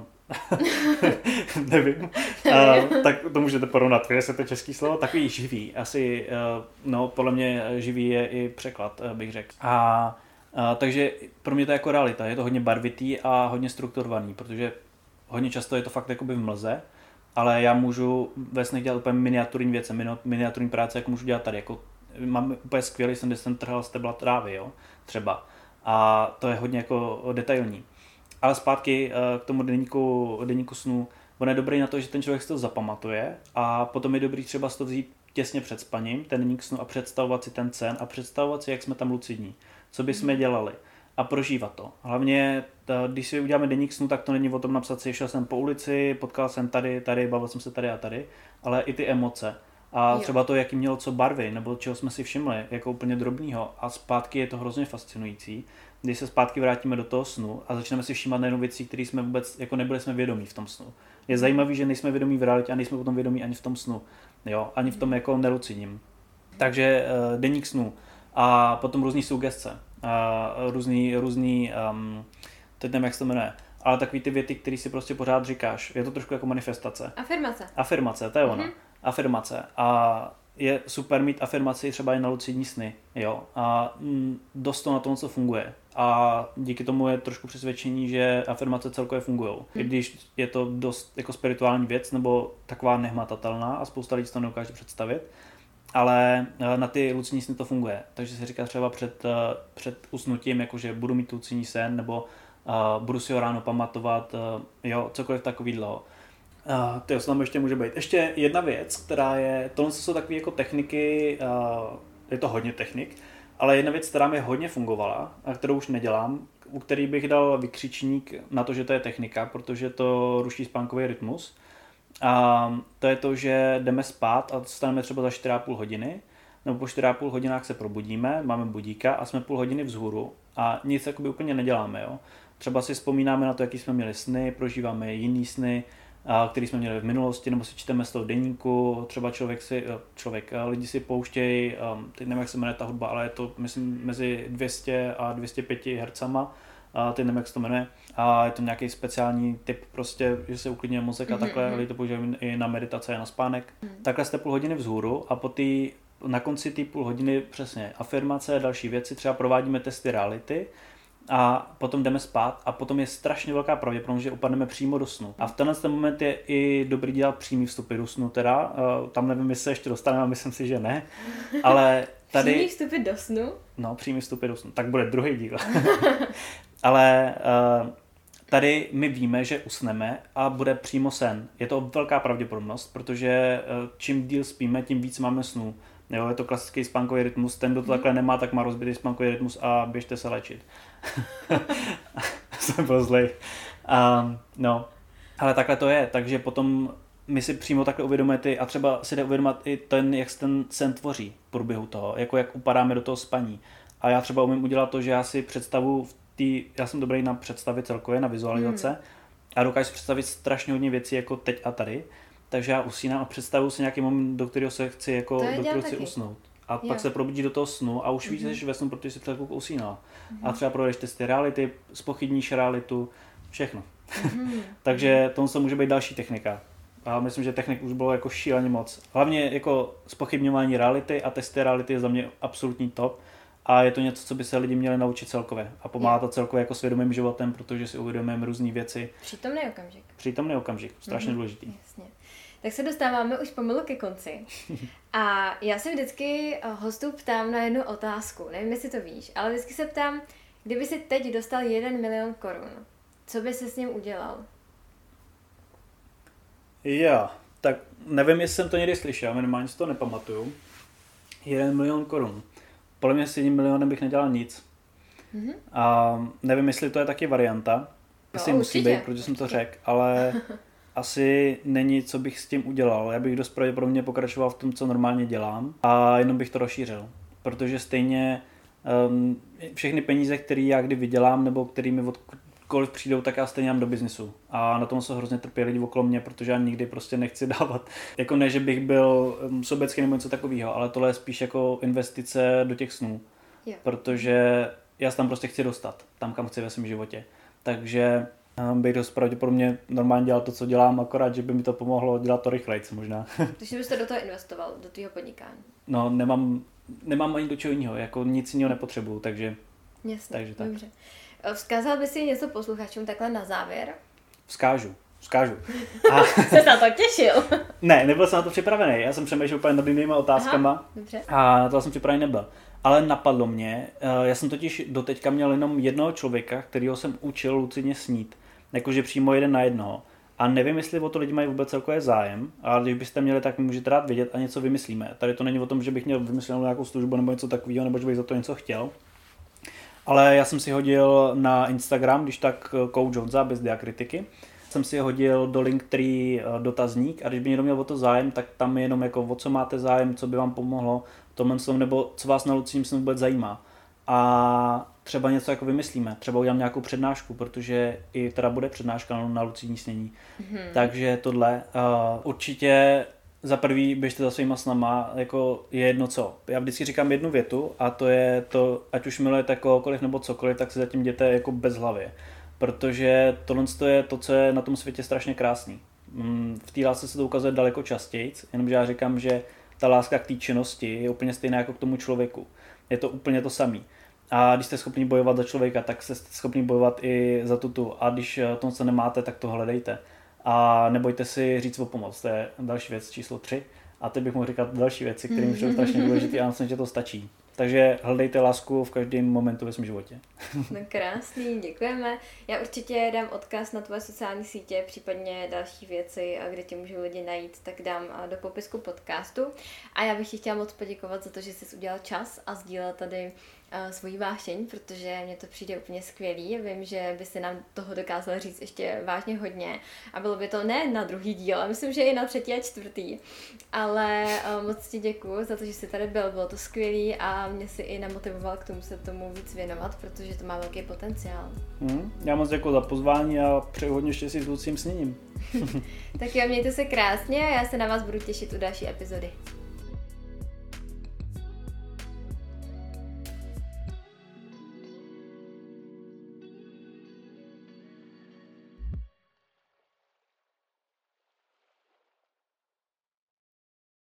nevím, uh, tak to můžete porovnat, jestli to je český slovo, takový živý, asi, uh, no podle mě živý je i překlad, uh, bych řekl. A uh, takže pro mě to je jako realita, je to hodně barvitý a hodně strukturovaný, protože hodně často je to fakt jakoby v mlze, ale já můžu ve snech dělat úplně miniaturní věci, miniaturní práce, jako můžu dělat tady, jako mám úplně skvělý sen, kde jsem trhal stebla trávy, jo, třeba, a to je hodně jako detailní. Ale zpátky k tomu deníku, deníku snů, on je dobrý na to, že ten člověk si to zapamatuje a potom je dobrý třeba si to vzít těsně před spaním, ten deník snu a představovat si ten sen a představovat si, jak jsme tam lucidní, co by jsme dělali a prožívat to. Hlavně, když si uděláme deník snu, tak to není o tom napsat si, šel jsem po ulici, potkal jsem tady, tady, bavil jsem se tady a tady, ale i ty emoce. A jo. Třeba to, jaký mělo co barvy, nebo čeho jsme si všimli, jako úplně drobnýho. A zpátky je to hrozně fascinující, když se zpátky vrátíme do toho snu a začneme si všímat nejenom věcí, které jsme vůbec, jako nebyli jsme vědomí v tom snu. Je zajímavý, že nejsme vědomí v realitě a nejsme potom vědomí ani v tom snu, jo, ani v tom jako nelucidním. Takže uh, deník snu a potom různý sugestce, uh, různý, různý, um, teď nevím, jak se to jmenuje, ale takový ty věty, které si prostě pořád říkáš. Je to trošku jako manifestace. Afirmace. Afirmace, to je ono. Mm-hmm. Afirmace. A je super mít afirmaci třeba i na lucidní sny, jo. A mm, dost to na tom, co funguje. A díky tomu je trošku přesvědčení, že afirmace celkově fungují. Hmm. I když je to dost jako spirituální věc, nebo taková nehmatatelná a spousta lidí to neukáže představit, ale na ty lucidní sny to funguje. Takže si říká třeba před, před usnutím, jakože budu mít lucidní sen, nebo uh, budu si ho ráno pamatovat, uh, jo, cokoliv takovýhleho. Uh, to tam ještě může být. Ještě jedna věc, která je, tohle jsou takové jako techniky, uh, je to hodně technik, ale jedna věc, která mi hodně fungovala a kterou už nedělám, u který bych dal vykřičník na to, že to je technika, protože to ruší spánkový rytmus. A to je to, že jdeme spát a staneme třeba za čtyři a půl hodiny, nebo po čtyři a půl hodinách se probudíme, máme budíka a jsme půl hodiny vzhůru a nic jakoby úplně neděláme. Jo? Třeba si vzpomínáme na to, jaký jsme měli sny, prožíváme jiný sny, který jsme měli v minulosti, nebo si čteme z toho deníku, třeba člověk si, člověk, lidi si pouštějí, teď nevím, jak se jmenuje ta hudba, ale je to, myslím, mezi dvě stě a dvě stě pět hercama, teď nevím, jak se to jmenuje, a je to nějaký speciální typ, prostě, že se uklidňuje mozek a mm-hmm. takhle, lidi to používají i na meditace a na spánek. Mm. Takhle jste půl hodiny vzhůru a po tý, na konci té půl hodiny přesně afirmace a další věci, třeba provádíme testy reality, a potom jdeme spát a potom je strašně velká pravděpodobnost, že upadneme přímo do snu. A v tenhle ten moment je i dobrý dělat přímý vstupy do snu teda, tam nevím, jestli se ještě dostaneme, myslím si, že ne, ale tady... Přímý vstupy do snu? No, přímý vstupy do snu, tak bude druhý díl. Ale tady my víme, že usneme a bude přímo sen. Je to velká pravděpodobnost, protože čím díl spíme, tím víc máme snů. Jo, je to klasický spánkový rytmus, ten, kdo to takhle nemá, tak má rozbitý spánkový rytmus a běžte se léčit. Jsem byl zlej. Um, no, ale takhle to je, takže potom my si přímo takhle uvědomujeme ty, a třeba si jde uvědomit i ten, jak se ten sen tvoří v průběhu toho, jako jak upadáme do toho spaní. A já třeba umím udělat to, že já si představu tý, já jsem dobrý na představy celkově, na vizualizace, hmm. a dokážu představit strašně hodně věcí jako teď a tady, takže já usínám a představuju si nějaký moment, do kterého se chci, jako, do kterého chci usnout. A jo. Pak se probudí do toho snu a už víš, mm-hmm. že ve snu, protože jsi před chvilkou usínala. Mm-hmm. A třeba provedeš testy reality, zpochybníš realitu, všechno. Mm-hmm. Takže to může být další technika. A myslím, že technik už bylo jako šíleně moc. Hlavně jako zpochybňování reality a testy reality je za mě absolutní top. A je to něco, co by se lidi měli naučit celkově. A pomáhá to celkově jako svědomým životem, protože si uvědomujeme různé věci. Přítomný okamžik. Přítomný okamžik, strašně mm-hmm. důležitý. Jasně. Tak se dostáváme už pomalu ke konci. A já se vždycky hostů ptám na jednu otázku. Nevím, jestli to víš, ale vždycky se ptám, kdyby si teď dostal jeden milion korun, co by se s ním udělal? Já, tak nevím, jestli jsem to někdy slyšel, minimálně si to nepamatuju. Jeden milion korun. Podle mě s jedním milionem bych nedělal nic. Mm-hmm. A nevím, jestli to je taky varianta. Jestli no, musí být, protože jsem to řekl, ale asi není, co bych s tím udělal. Já bych dost pravděpodobně pokračoval v tom, co normálně dělám a jenom bych to rozšířil. Protože stejně um, všechny peníze, které já kdy vydělám nebo které mi odkoliv přijdou, tak já stejně mám do biznisu. A na tom se hrozně trpí lidi okolo mě, protože já nikdy prostě nechci dávat. Jako ne, že bych byl sobecký nebo něco takového, ale tohle je spíš jako investice do těch snů. Yeah. Protože já se tam prostě chci dostat, tam kam chci ve svém životě. Takže bych dost pravděpodobně normálně dělal to, co dělám, akorát, že by mi to pomohlo dělat to rychlejc možná. Takže byste do toho investoval, do tvého podnikání? No, nemám, nemám ani do čeho jiného, jako nic jiného nepotřebuju, takže... Jasně, takže tak. Dobře. Vzkázal by si něco posluchačům takhle na závěr? Vzkážu, vzkážu. A... Jsi na to těšil? Ne, nebyl jsem na to připravený, já jsem přemýšlel úplně nad jinýma otázkama. Aha, dobře. A na to jsem připravený nebyl. Ale napadlo mě, já jsem totiž doteďka měl jenom jednoho člověka, kterýho jsem učil lucidně snít. Jakože přímo jeden na jednoho. A nevím, jestli o to lidi mají vůbec celkově zájem, ale když byste měli, tak mi můžete rád vědět a něco vymyslíme. Tady to není o tom, že bych měl vymyslenou nějakou službu nebo něco takového, nebo že bych za to něco chtěl. Ale já jsem si hodil na Instagram, když tak Coach Honza bez diakritiky, jsem si hodil do Linktree dotazník a když by někdo měl o to zájem, tak tam je jenom jako o co máte zájem, co by vám pomohlo, tomhle tom, nebo co vás na lucidním snu vůbec zajímá. A třeba něco jako vymyslíme, třeba udělám nějakou přednášku, protože i teda bude přednáška na lucidní snění. Mm-hmm. Takže tohle uh, určitě za prvý běžte za svýma snama, jako je jedno co. Já vždycky říkám jednu větu a to je to, ať už milujete kohokoliv nebo cokoliv, tak si zatím jděte jako bez hlavy. Protože tohle je to, co je na tom světě strašně krásný. V té lásce se to ukazuje daleko častěji, jenomže já říkám, že ta láska k té činnosti je úplně stejná jako k tomu člověku. Je to úplně to samé. A když jste schopni bojovat za člověka, tak jste schopni bojovat i za tutu. A když to, co nemáte, tak to hledejte. A nebojte si říct o pomoc. To je další věc číslo tři. A teď bych mohl říkat další věci, které mi jsou strašně důležité a myslím, že to stačí. Takže hledejte lásku v každém momentu ve svém životě. No krásný, děkujeme. Já určitě dám odkaz na tvoje sociální sítě, případně další věci, kde tě můžou lidi najít, tak dám do popisku podcastu. A já bych ti chtěla moc poděkovat za to, že jsi udělal čas a sdílel tady uh, svoji vášeň, protože mně to přijde úplně skvělý. Vím, že by si nám toho dokázal říct ještě vážně hodně. A bylo by to ne na druhý díl, ale myslím, že i na třetí a čtvrtý. Ale uh, moc ti děkuju za to, že jsi tady byl, bylo to skvělý a mě si i namotivoval k tomu se tomu víc věnovat, protože to má velký potenciál. Mm, já moc děkuji za pozvání a přeju hodně štěstí s lucidním sněním. Tak jo, mějte se krásně a já se na vás budu těšit u další epizody.